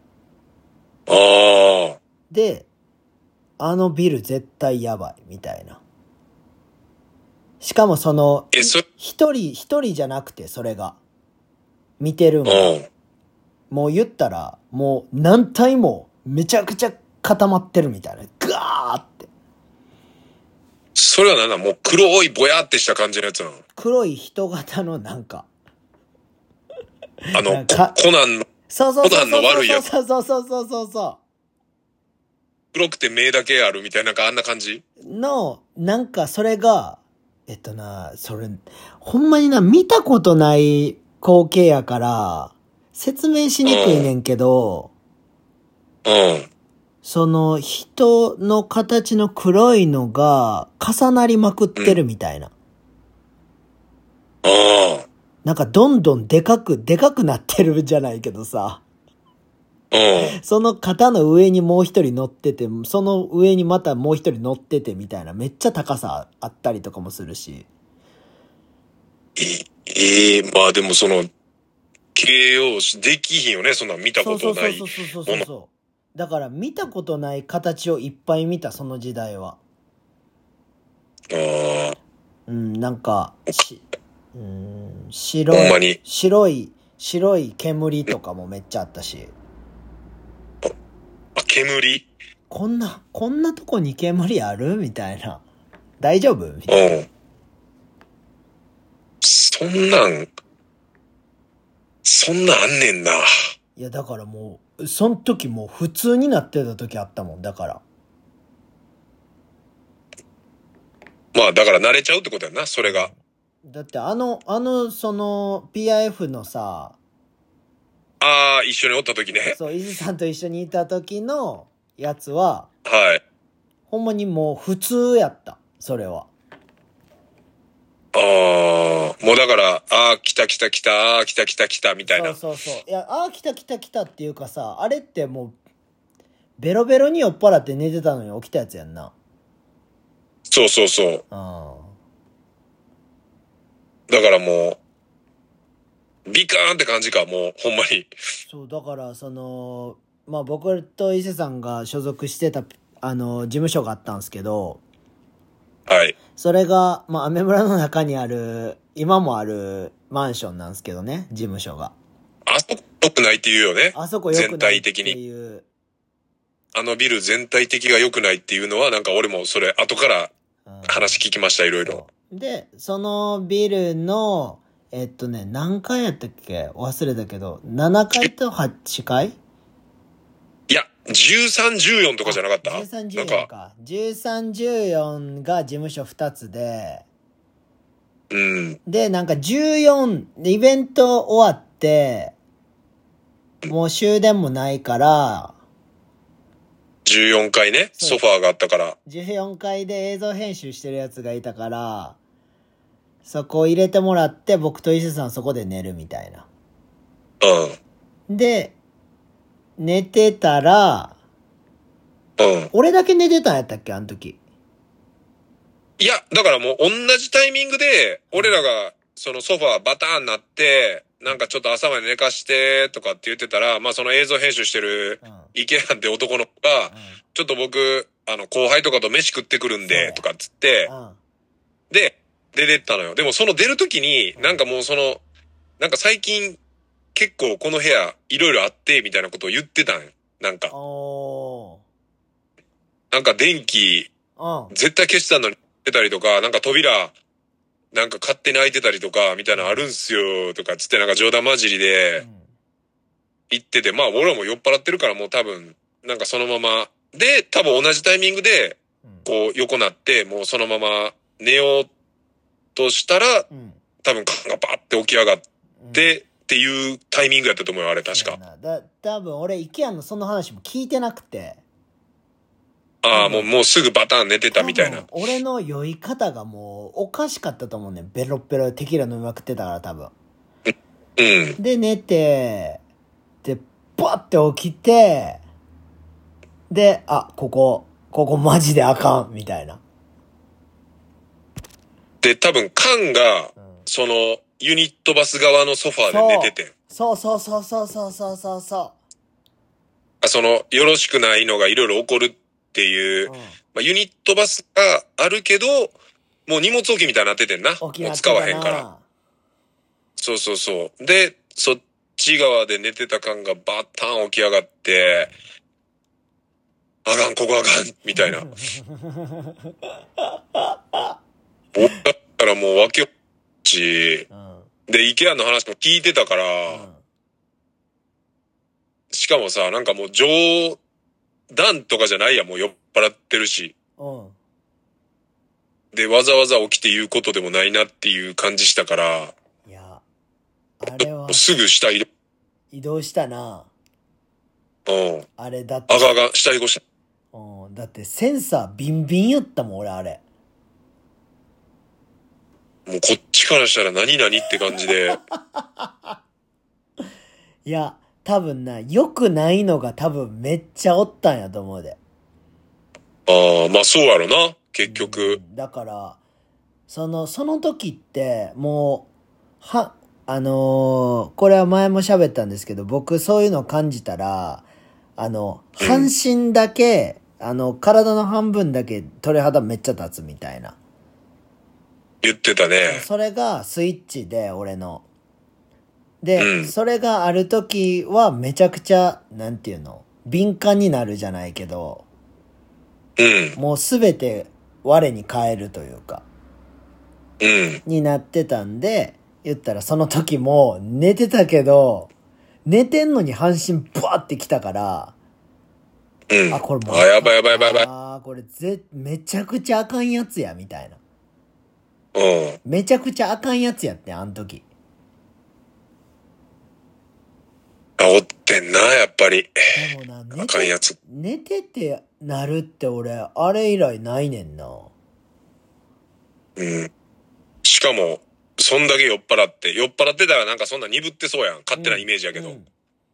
S2: ああ。
S1: で、あのビル絶対やばいみたいな。しかもその、
S2: え、そ、
S1: 一人、一人じゃなくてそれが、見てるん
S2: う
S1: が、
S2: ん。
S1: もう言ったら、もう何体もめちゃくちゃ固まってるみたいな。ガーって。
S2: それはなんだもう黒いぼやってした感じのやつなの
S1: 黒い人型のなんか、
S2: あの、
S1: なんか
S2: ココナンの
S1: そうそうそう
S2: コナンの悪いやつ。
S1: そうそうそうそうそうそ
S2: 黒くて目だけあるみたいな、なんかあんな感じ
S1: う。の、なんかそれが、えっとな、それ、ほんまにな、見たことない光景やから、説明しにくいねんけど、
S2: うん。
S1: その人の形の黒いのが重なりまくってるみたいな。
S2: ああ。
S1: なんかどんどんでかく、でかくなってるじゃないけどさ。
S2: うん。
S1: その肩の上にもう一人乗ってて、その上にまたもう一人乗っててみたいな、めっちゃ高さあったりとかもするし。
S2: え、ええまあでもその、形容詞できひんよね、そんなん見た
S1: そう
S2: ことない
S1: そうそうそうそう
S2: もの。
S1: そうそう。だから見たことない形をいっぱい見た、その時代は。
S2: ああ。
S1: うん、なんか、し、うん、
S2: ほ
S1: 白い、
S2: んまに。
S1: 白い、白い煙とかもめっちゃあったし。
S2: あ、煙
S1: こんな、こんなとこに煙あるみたいな。大丈夫みたいな。
S2: うん。そんなん、そんなんあんねんな。
S1: いや、だからもう、その時もう普通になってた時あったもん、だから。
S2: まあだから慣れちゃうってことやな、それが。
S1: だってあの、あの、その、ピーアイエフ のさ、
S2: ああ、一緒におった時ね。
S1: そう、伊豆さんと一緒にいた時のやつは、
S2: はい。
S1: ほんまにもう普通やった、それは。
S2: ああ、もうだから、ああ、来た来た来た、ああ、来た来た来た、みたいな。
S1: そうそうそう。いや、あー来た来た来たっていうかさ、あれってもう、ベロベロに酔っ払って寝てたのに起きたやつやんな。
S2: そうそうそう。
S1: うん。
S2: だからもう、ビカーンって感じか、もう、ほんまに。
S1: そう、だから、その、まあ僕と伊勢さんが所属してた、あの、事務所があったんですけど、
S2: はい。
S1: それが、まあ、アメ村の中にある、今もあるマンションなんですけどね、事務所が。
S2: あそこ良くないって言うよね。
S1: あそこ良く
S2: 全
S1: ないって
S2: 体的に。
S1: いう。
S2: あのビル全体的が良くないっていうのは、なんか俺もそれ後から
S1: うん
S2: 話聞きました、いろいろ。
S1: で、そのビルの、えっとね、何階やったっけ忘れたけど、ななかいとはちかい
S2: いや、じゅうさん、じゅうよんとかじゃなかった
S1: じゅうさん、
S2: なん
S1: じゅうよん
S2: か、
S1: か。じゅうさん、じゅうよんが事務所ふたつで、
S2: うん。
S1: で、なんかじゅうよん、でイベント終わって、もう終電もないから、
S2: じゅうよんかいね、
S1: そう
S2: ソファーがあったから。
S1: じゅうよんかいで映像編集してるやつがいたから、そこ入れてもらって僕と伊勢さんそこで寝るみたいな。
S2: うん。
S1: で、寝てたら、
S2: うん。
S1: 俺だけ寝てたんやったっけあの時。
S2: いや、だからもう同じタイミングで、俺らがそのソファーバターンなって、 なんかちょっと朝まで寝かしてとかって言ってたら、まあその映像編集してる
S1: うん。
S2: 池谷って男の子が、
S1: うん。
S2: ちょっと僕、あの後輩とかと飯食ってくるん
S1: そうや
S2: で、とかっつって、
S1: うん。
S2: で、出てったのよ。でもその出るときに、なんかもうその、なんか最近結構この部屋いろいろあって、みたいなことを言ってたんよ。なんか、
S1: お
S2: なんか電気、
S1: ー。うん。
S2: 絶対消してたのに出たりとか、なんか扉、なんか勝手に開いてたりとか、みたいなのあるんすよ、とかっつってなんか冗談交じり
S1: う
S2: で
S1: ん。
S2: 言ってて、まあ俺らも酔っ払ってるからもう多分、なんかそのまま、で、多分同じタイミングで、
S1: うん。
S2: こう横なって、もうそのまま寝ようとしたら、
S1: うん。
S2: 多分缶がバーって起き上がっ
S1: うん。
S2: て、っていうタイミングやったと思うよ、あれ確か。
S1: そうやな。だ、多分俺、イケアンのその話も聞いてなくて。
S2: ああ、もう、もうすぐバターン寝てた
S1: 多
S2: みたいな
S1: 分。俺の酔い方がもうおかしかったと思うねん。ベロッベロでテキーラ飲みまくってたから多分。
S2: うん。
S1: で、寝て、で、バッて起きて、で、あ、ここ、ここマジであかん、みたいな。
S2: で、多分缶が、
S1: うん。
S2: その、ユニットバス側のソファーで寝ててん。
S1: そうそうそうそうそうそうそうそ
S2: あその、よろしくないのがいろいろ起こるっていう、
S1: う。うん。
S2: まあ、ユニットバスがあるけど、もう荷物置きみたいになっててんな。もう
S1: 起きなって
S2: 使
S1: たな。
S2: わへんから。そうそうそう。で、そっち側で寝てた感がバターン起き上がって、あかん、ここあかん、みたいな。俺だったらもう訳をし、
S1: うん。
S2: で、イケアの話も聞いてたから、
S1: うん。
S2: しかもさ、なんかもう冗談とかじゃないやん、もう酔っ払ってるし。
S1: うん。
S2: で、わざわざ起きて言うことでもないなっていう感じしたから、
S1: いや、あれは
S2: もうすぐ下移動。
S1: 移動したな。
S2: うん。
S1: あれだって、
S2: あかんあかん、下移動した。
S1: うん、だってセンサービンビンやったもん、俺あれ。
S2: もうこっちからしたら何々って感じで。
S1: いや、多分な、良くないのが多分めっちゃおったんやと思うで。
S2: ああ、まあそうやろな、結局。
S1: うんだから、その、その時って、もう、は、あのーこれは前も喋ったんですけど、僕そういうのを感じたら、あの、
S2: うん
S1: 半身だけ、あの、体の半分だけ鳥肌めっちゃ立つみたいな。
S2: 言ってたね。
S1: それがスイッチで、俺の。で、
S2: うん
S1: それがある時はめちゃくちゃ、なんていうの、敏感になるじゃないけど、
S2: うん。
S1: もうすべて我に返るというか、
S2: うん。
S1: になってたんで、言ったらその時も寝てたけど、寝てんのに半身バーってきたから、
S2: うん。
S1: あ、これもう
S2: あ、やばいやばいやばいやばい。
S1: あーこれぜ、めちゃくちゃあかんやつや、みたいな。
S2: うん。
S1: めちゃくちゃあかんやつやってん、あの時。
S2: あ、おってんな、やっぱり。
S1: でもな、寝
S2: あかんや
S1: て、
S2: つ。
S1: 寝ててなるって俺、あれ以来ないねんな。
S2: うん。しかも、そんだけ酔っ払って、酔っ払ってたらなんかそんな鈍ってそうやん。勝手なイメージやけど。
S1: うん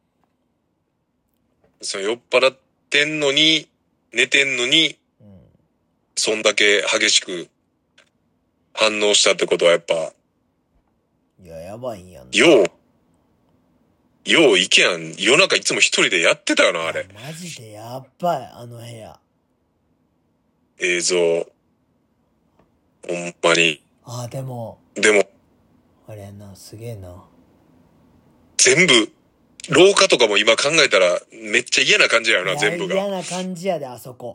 S2: その酔っ払ってんのに、寝てんのに、
S1: うん
S2: そんだけ激しく反応したってことはやっぱ、
S1: いや、やばいんやんな。
S2: よう、よういけやん。夜中いつも一人でやってたよな、あれ。
S1: マジでやばい、あの部屋。
S2: 映像。ほんまに。
S1: あ、でも、
S2: でも、
S1: あれやな、すげえな。
S2: 全部、廊下とかも今考えたらめっちゃ嫌な感じやよな、
S1: いや
S2: 全部が。
S1: 嫌な感じやで、あそこ。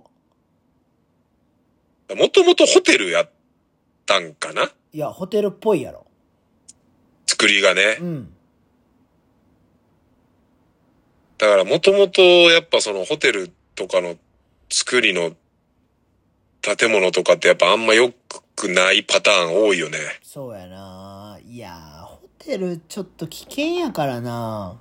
S2: もともとホテルやったんかない
S1: や、ホテルっぽいやろ。
S2: 作りがね
S1: う。ん。
S2: だからもともとやっぱそのホテルとかの作りの建物とかってやっぱあんま良くないパターン多いよね。
S1: そうやな。いやー、ホテルちょっと危険やからな。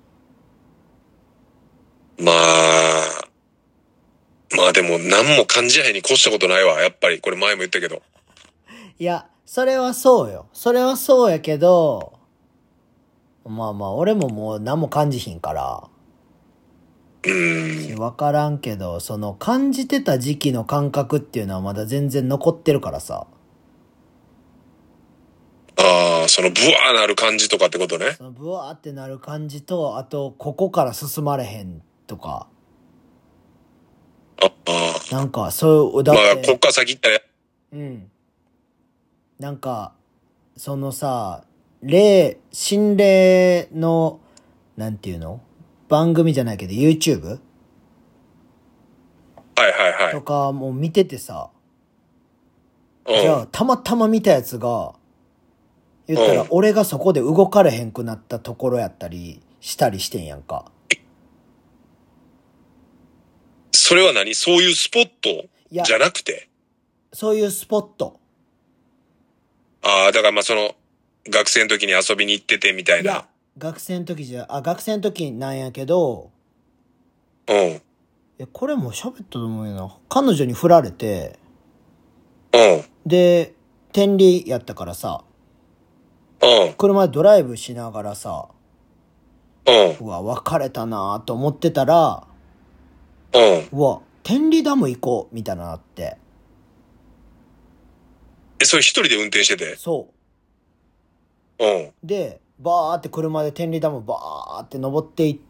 S2: まあ、まあでも何も感じやへんに越したことないわ。やっぱりこれ前も言ったけど。
S1: いや、それはそうよ。それはそうやけど、まあまあ、俺ももう何も感じひんから。
S2: うーん。
S1: わからんけど、その感じてた時期の感覚っていうのはまだ全然残ってるからさ。
S2: あああ、そのブワーなる感じとかってことね。
S1: そのブワーってなる感じと、あと、ここから進まれへんとか。
S2: ああ。
S1: なんか、そう、だっ
S2: まあ、
S1: て、
S2: こっから先行ったら、
S1: うん。なんか、そのさ、霊、心霊の、なんていうの番組じゃないけど、YouTube?
S2: はいはいはい。
S1: とかも見ててさ、
S2: うん。
S1: じゃあ、たまたま見たやつが、言ったら
S2: うん、
S1: 俺がそこで動かれへんくなったところやったり、したりしてんやんか。
S2: それは何？そういうスポット
S1: いや
S2: じゃなくて？
S1: そういうスポット。
S2: ああ、だからまあその、学生の時に遊びに行っててみたいな。
S1: いや、学生の時じゃ、あ、学生の時なんやけど、
S2: うん。
S1: え、これも喋ったと思うよな。彼女に振られて、
S2: うん。
S1: で、天理やったからさ、
S2: うん。
S1: 車でドライブしながらさ、
S2: うん。
S1: うわ、別れたなと思ってたら、
S2: うん。
S1: うわ、天理ダム行こう、みたいなのあって。
S2: え、それ一人で運転してて？
S1: そ
S2: うん。
S1: う。で、バーって車で天理ダムバーって登っていって、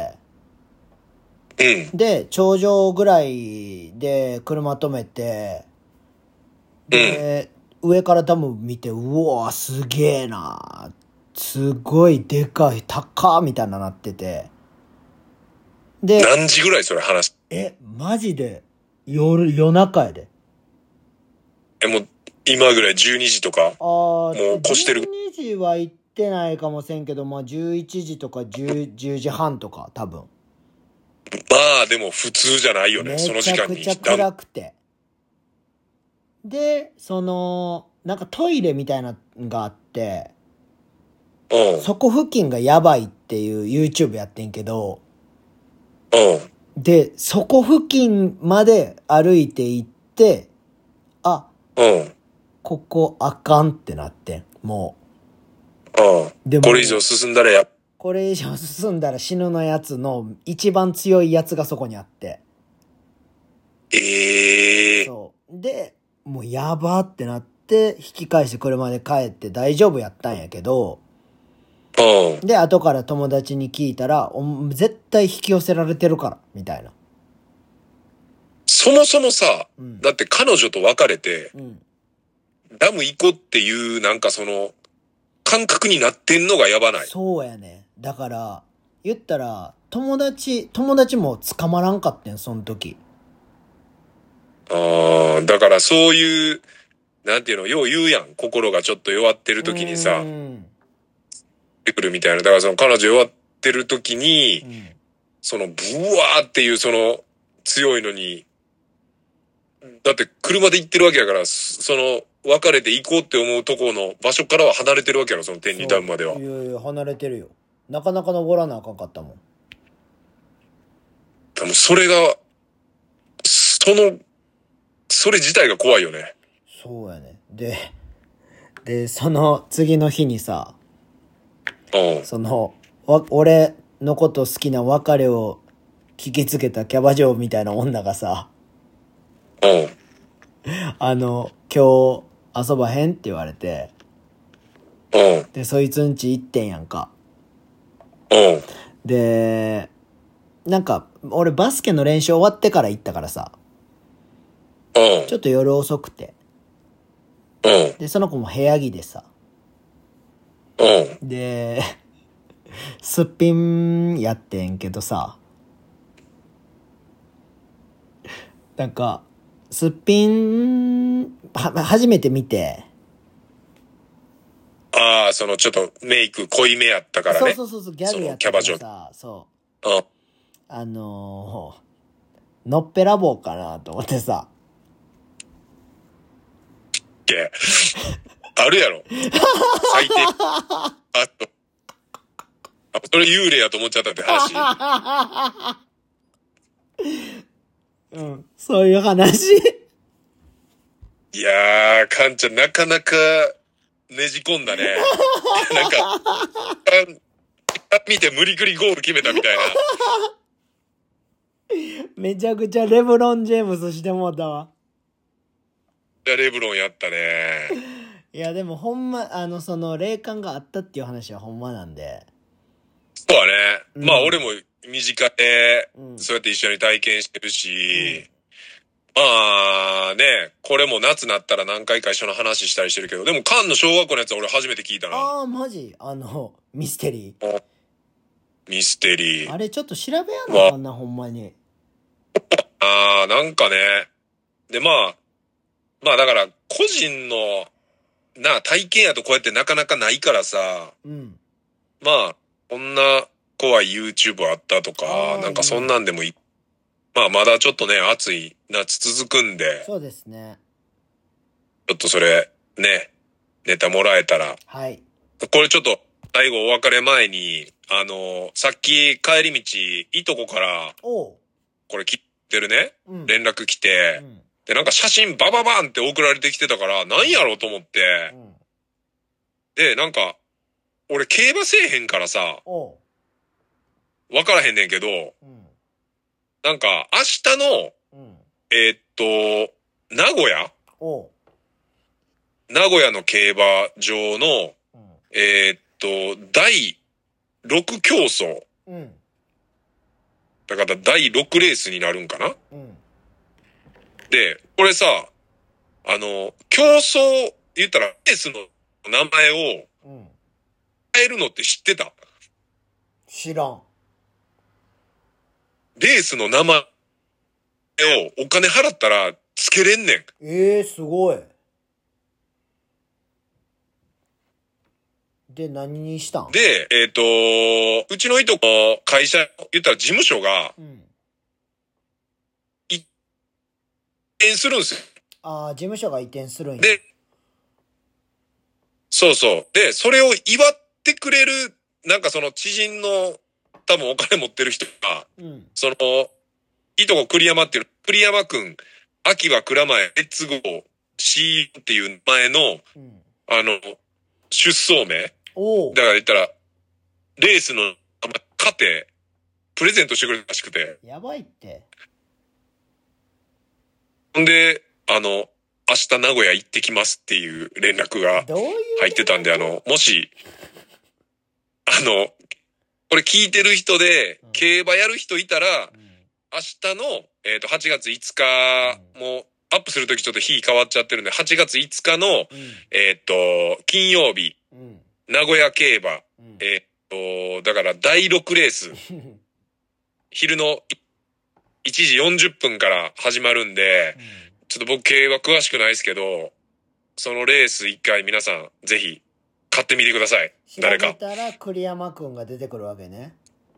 S2: うん。
S1: で、頂上ぐらいで車止めて、で、上からダム見て、うわ、すげえな。すごいでかい、高みたいななってて。で、
S2: 何時ぐらいそれ話？
S1: え、マジで、夜、夜中やで。
S2: え、もう、今ぐらいじゅうにじとか？
S1: あー、
S2: もう越してる
S1: じゅうにじは行ってないかもしれんけど、まあじゅういちじとかじゅう、じゅうじはんとか、多分。
S2: まあ、でも普通じゃないよね、
S1: め
S2: その時間に。
S1: ちゃくちゃ暗くて。で、その、なんかトイレみたいなのがあって、
S2: うん。
S1: そこ付近がやばいっていう YouTube やってんけど、
S2: うん。
S1: で、そこ付近まで歩いて行って、あ、
S2: うん。
S1: ここあかんってなってん。も
S2: うん。
S1: でも
S2: これ以上進んだらや、
S1: う、これ以上進んだら死ぬのやつの一番強いやつがそこにあって。
S2: ええー。
S1: そう。で、もうやばってなって、引き返して車で帰って大丈夫やったんやけど、
S2: うん。
S1: で、後から友達に聞いたら、お絶対引き寄せられてるから、みたいな。
S2: そもそもさ、
S1: うん
S2: だって彼女と別れて、
S1: うん。
S2: ダム行こうっていう、なんかその、感覚になってんのがやばない？
S1: そうやね。だから、言ったら、友達、友達も捕まらんかってん、その時。
S2: ああ、だからそういう、なんていうの、よう言うやん。心がちょっと弱ってる時にさ、
S1: うーん。
S2: 出てくるみたいな。だからその彼女弱ってる時に、
S1: うん。
S2: そのブワーっていうその強いのに、だって車で行ってるわけやから、その別れて行こうって思うところの場所からは離れてるわけやろ、その天理ダムまでは。
S1: そういやいや、離れてるよ。なかなか登らなあかんかったもん。
S2: でもそれが、その、それ自体が怖いよね。
S1: そうやね。で、で、その次の日にさ、
S2: うん。
S1: その、わ、俺のこと好きな別れを聞きつけたキャバ嬢みたいな女がさ、
S2: うん。
S1: あの、今日遊ばへんって言われて、
S2: うん。
S1: で、そいつんち行ってんやんか。
S2: うん。
S1: で、なんか、俺バスケの練習終わってから行ったからさ、
S2: うん。
S1: ちょっと夜遅くて。
S2: うん。
S1: で、その子も部屋着でさ、
S2: うん。
S1: で、すっぴんやってんけどさ、なんか、すっぴん、は、初めて見て、
S2: ああ、そのちょっとメイク濃いめやったからね。
S1: そうそうそうそう、ギャルやっ
S2: そのキャバ嬢。
S1: たからさ、そう。
S2: うん。
S1: あのー、のっぺらぼうかなと思ってさ。
S2: け。あるやろ。最低。あと。あ、それ幽霊やと思っちゃったって話。
S1: うん、そういう話。
S2: いやー、カンちゃんなかなかねじ込んだね。なんか、見て無理くりゴール決めたみたいな。
S1: めちゃくちゃレブロン・ジェームスしてもうたわ。
S2: レブロンやったね。
S1: いや、でもほんま、あの、その、霊感があったっていう話はほんまなんで。
S2: そうだね。
S1: うん
S2: まあ俺も身近で、
S1: うん
S2: そうやって一緒に体験してるし、
S1: うん
S2: まあね、これも夏なったら何回か一緒の話したりしてるけど、でもカンの小学校のやつは俺初めて聞いたな。
S1: ああ、マジあの、ミステリー。
S2: ミステリー。
S1: あれちょっと調べやなあかんな、ほんまに。
S2: ああ、なんかね。で、まあ、まあだから個人の、な、体験やとこうやってなかなかないからさ、
S1: うん。
S2: まあ、こんな怖い YouTube あったと
S1: あ
S2: か、
S1: ー
S2: なんかそんなんでもいい。まあまだちょっとね、暑い夏続くんで、
S1: そうですね。
S2: ちょっとそれ、ね、ネタもらえたら。
S1: はい。
S2: これちょっと、最後お別れ前に、あの、さっき帰り道、いとこから、
S1: おう。
S2: これ切ってるね、
S1: うん。
S2: 連絡来て、
S1: うん。
S2: で、なんか写真バババンって送られてきてたから、なんやろうと思って、
S1: うん。
S2: で、なんか、俺競馬せえへんからさ、
S1: おう。
S2: わからへんねんけど、
S1: うん。
S2: なんか、明日の、
S1: うん。
S2: えーっと、名古屋
S1: おう。
S2: 名古屋の競馬場の、
S1: うん。
S2: えーっと、だいろく競争。
S1: うん。
S2: だからだいろくレースになるんかな。
S1: うん。
S2: で、これさ、あの、競争、言ったらレースの名前を
S1: うん。
S2: 変えるのって知ってた？
S1: 知らん。
S2: レースの名前をお金払ったらつけれんねん。
S1: ええー、すごい。で、何にしたん？
S2: で、えっと、うちのいとこ、会社、言ったら事務所が
S1: うん。
S2: 移転するんですよ。
S1: ああ、事務所が移転するんや。
S2: で、そうそう。で、それを祝ってくれる、なんかその知人の多分お金持ってる人が、
S1: うん。
S2: その、いとこ栗山っていう、栗山くん、秋は蔵前、レッツゴー、シーイーっていう名前の、
S1: うん。
S2: あの、出走名。
S1: おう。
S2: だから言ったら、レースの名前勝て、プレゼントしてくれたらしくて。
S1: やばいって。
S2: ほんで、あの、明日名古屋行ってきますっていう連絡が
S1: どういう
S2: 入ってたんで、あの、もし、あの、これ聞いてる人で
S1: うん、
S2: 競馬やる人いたら、
S1: うん。
S2: 明日の、えっと、はちがついつか、もう、アップするときちょっと日変わっちゃってるんで、はちがついつかの、
S1: うん。
S2: えっと、金曜日、
S1: うん。
S2: 名古屋競馬、
S1: うん。
S2: えっと、だからだいろくレース、昼のいちじよんじゅっぷんから始まるんで、ちょっと僕競馬詳しくないですけど、そのレース一回皆さんぜひ買ってみてください。誰か。
S1: 調べたら栗山くんが出てくるわけね。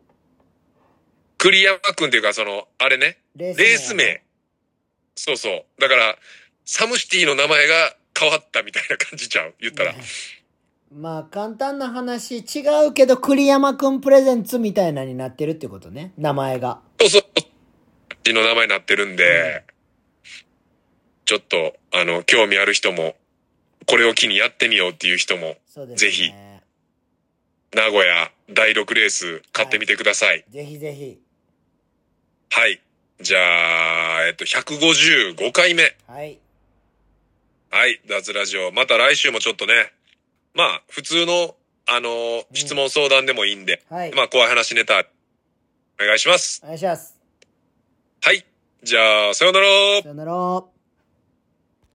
S2: 栗山くんっていうかその、あれね、
S1: レ
S2: レース名。そうそう。だから、サムシティの名前が変わったみたいな感じちゃう言ったら。
S1: ねまあ簡単な話違うけど栗山くんプレゼンツみたいなになってるってことね。名前が。
S2: そうそう。の名前になってるんで、ちょっと、あの、興味ある人も、これを機にやってみようっていう人も、
S1: そうですね。
S2: ぜひ、名古屋だいろくレース買ってみてください。
S1: ぜひぜひ。
S2: はい。じゃあ、えっと、ひゃくごじゅうごかいめ。
S1: はい。
S2: はい。脱ラジオ。また来週もちょっとね、まあ、普通の、あの、質問相談でもいいんで、
S1: はい。
S2: まあ、怖い話ネタ、お願いします。
S1: お願いします。
S2: はい。じゃあ、さようなら。
S1: さよなら。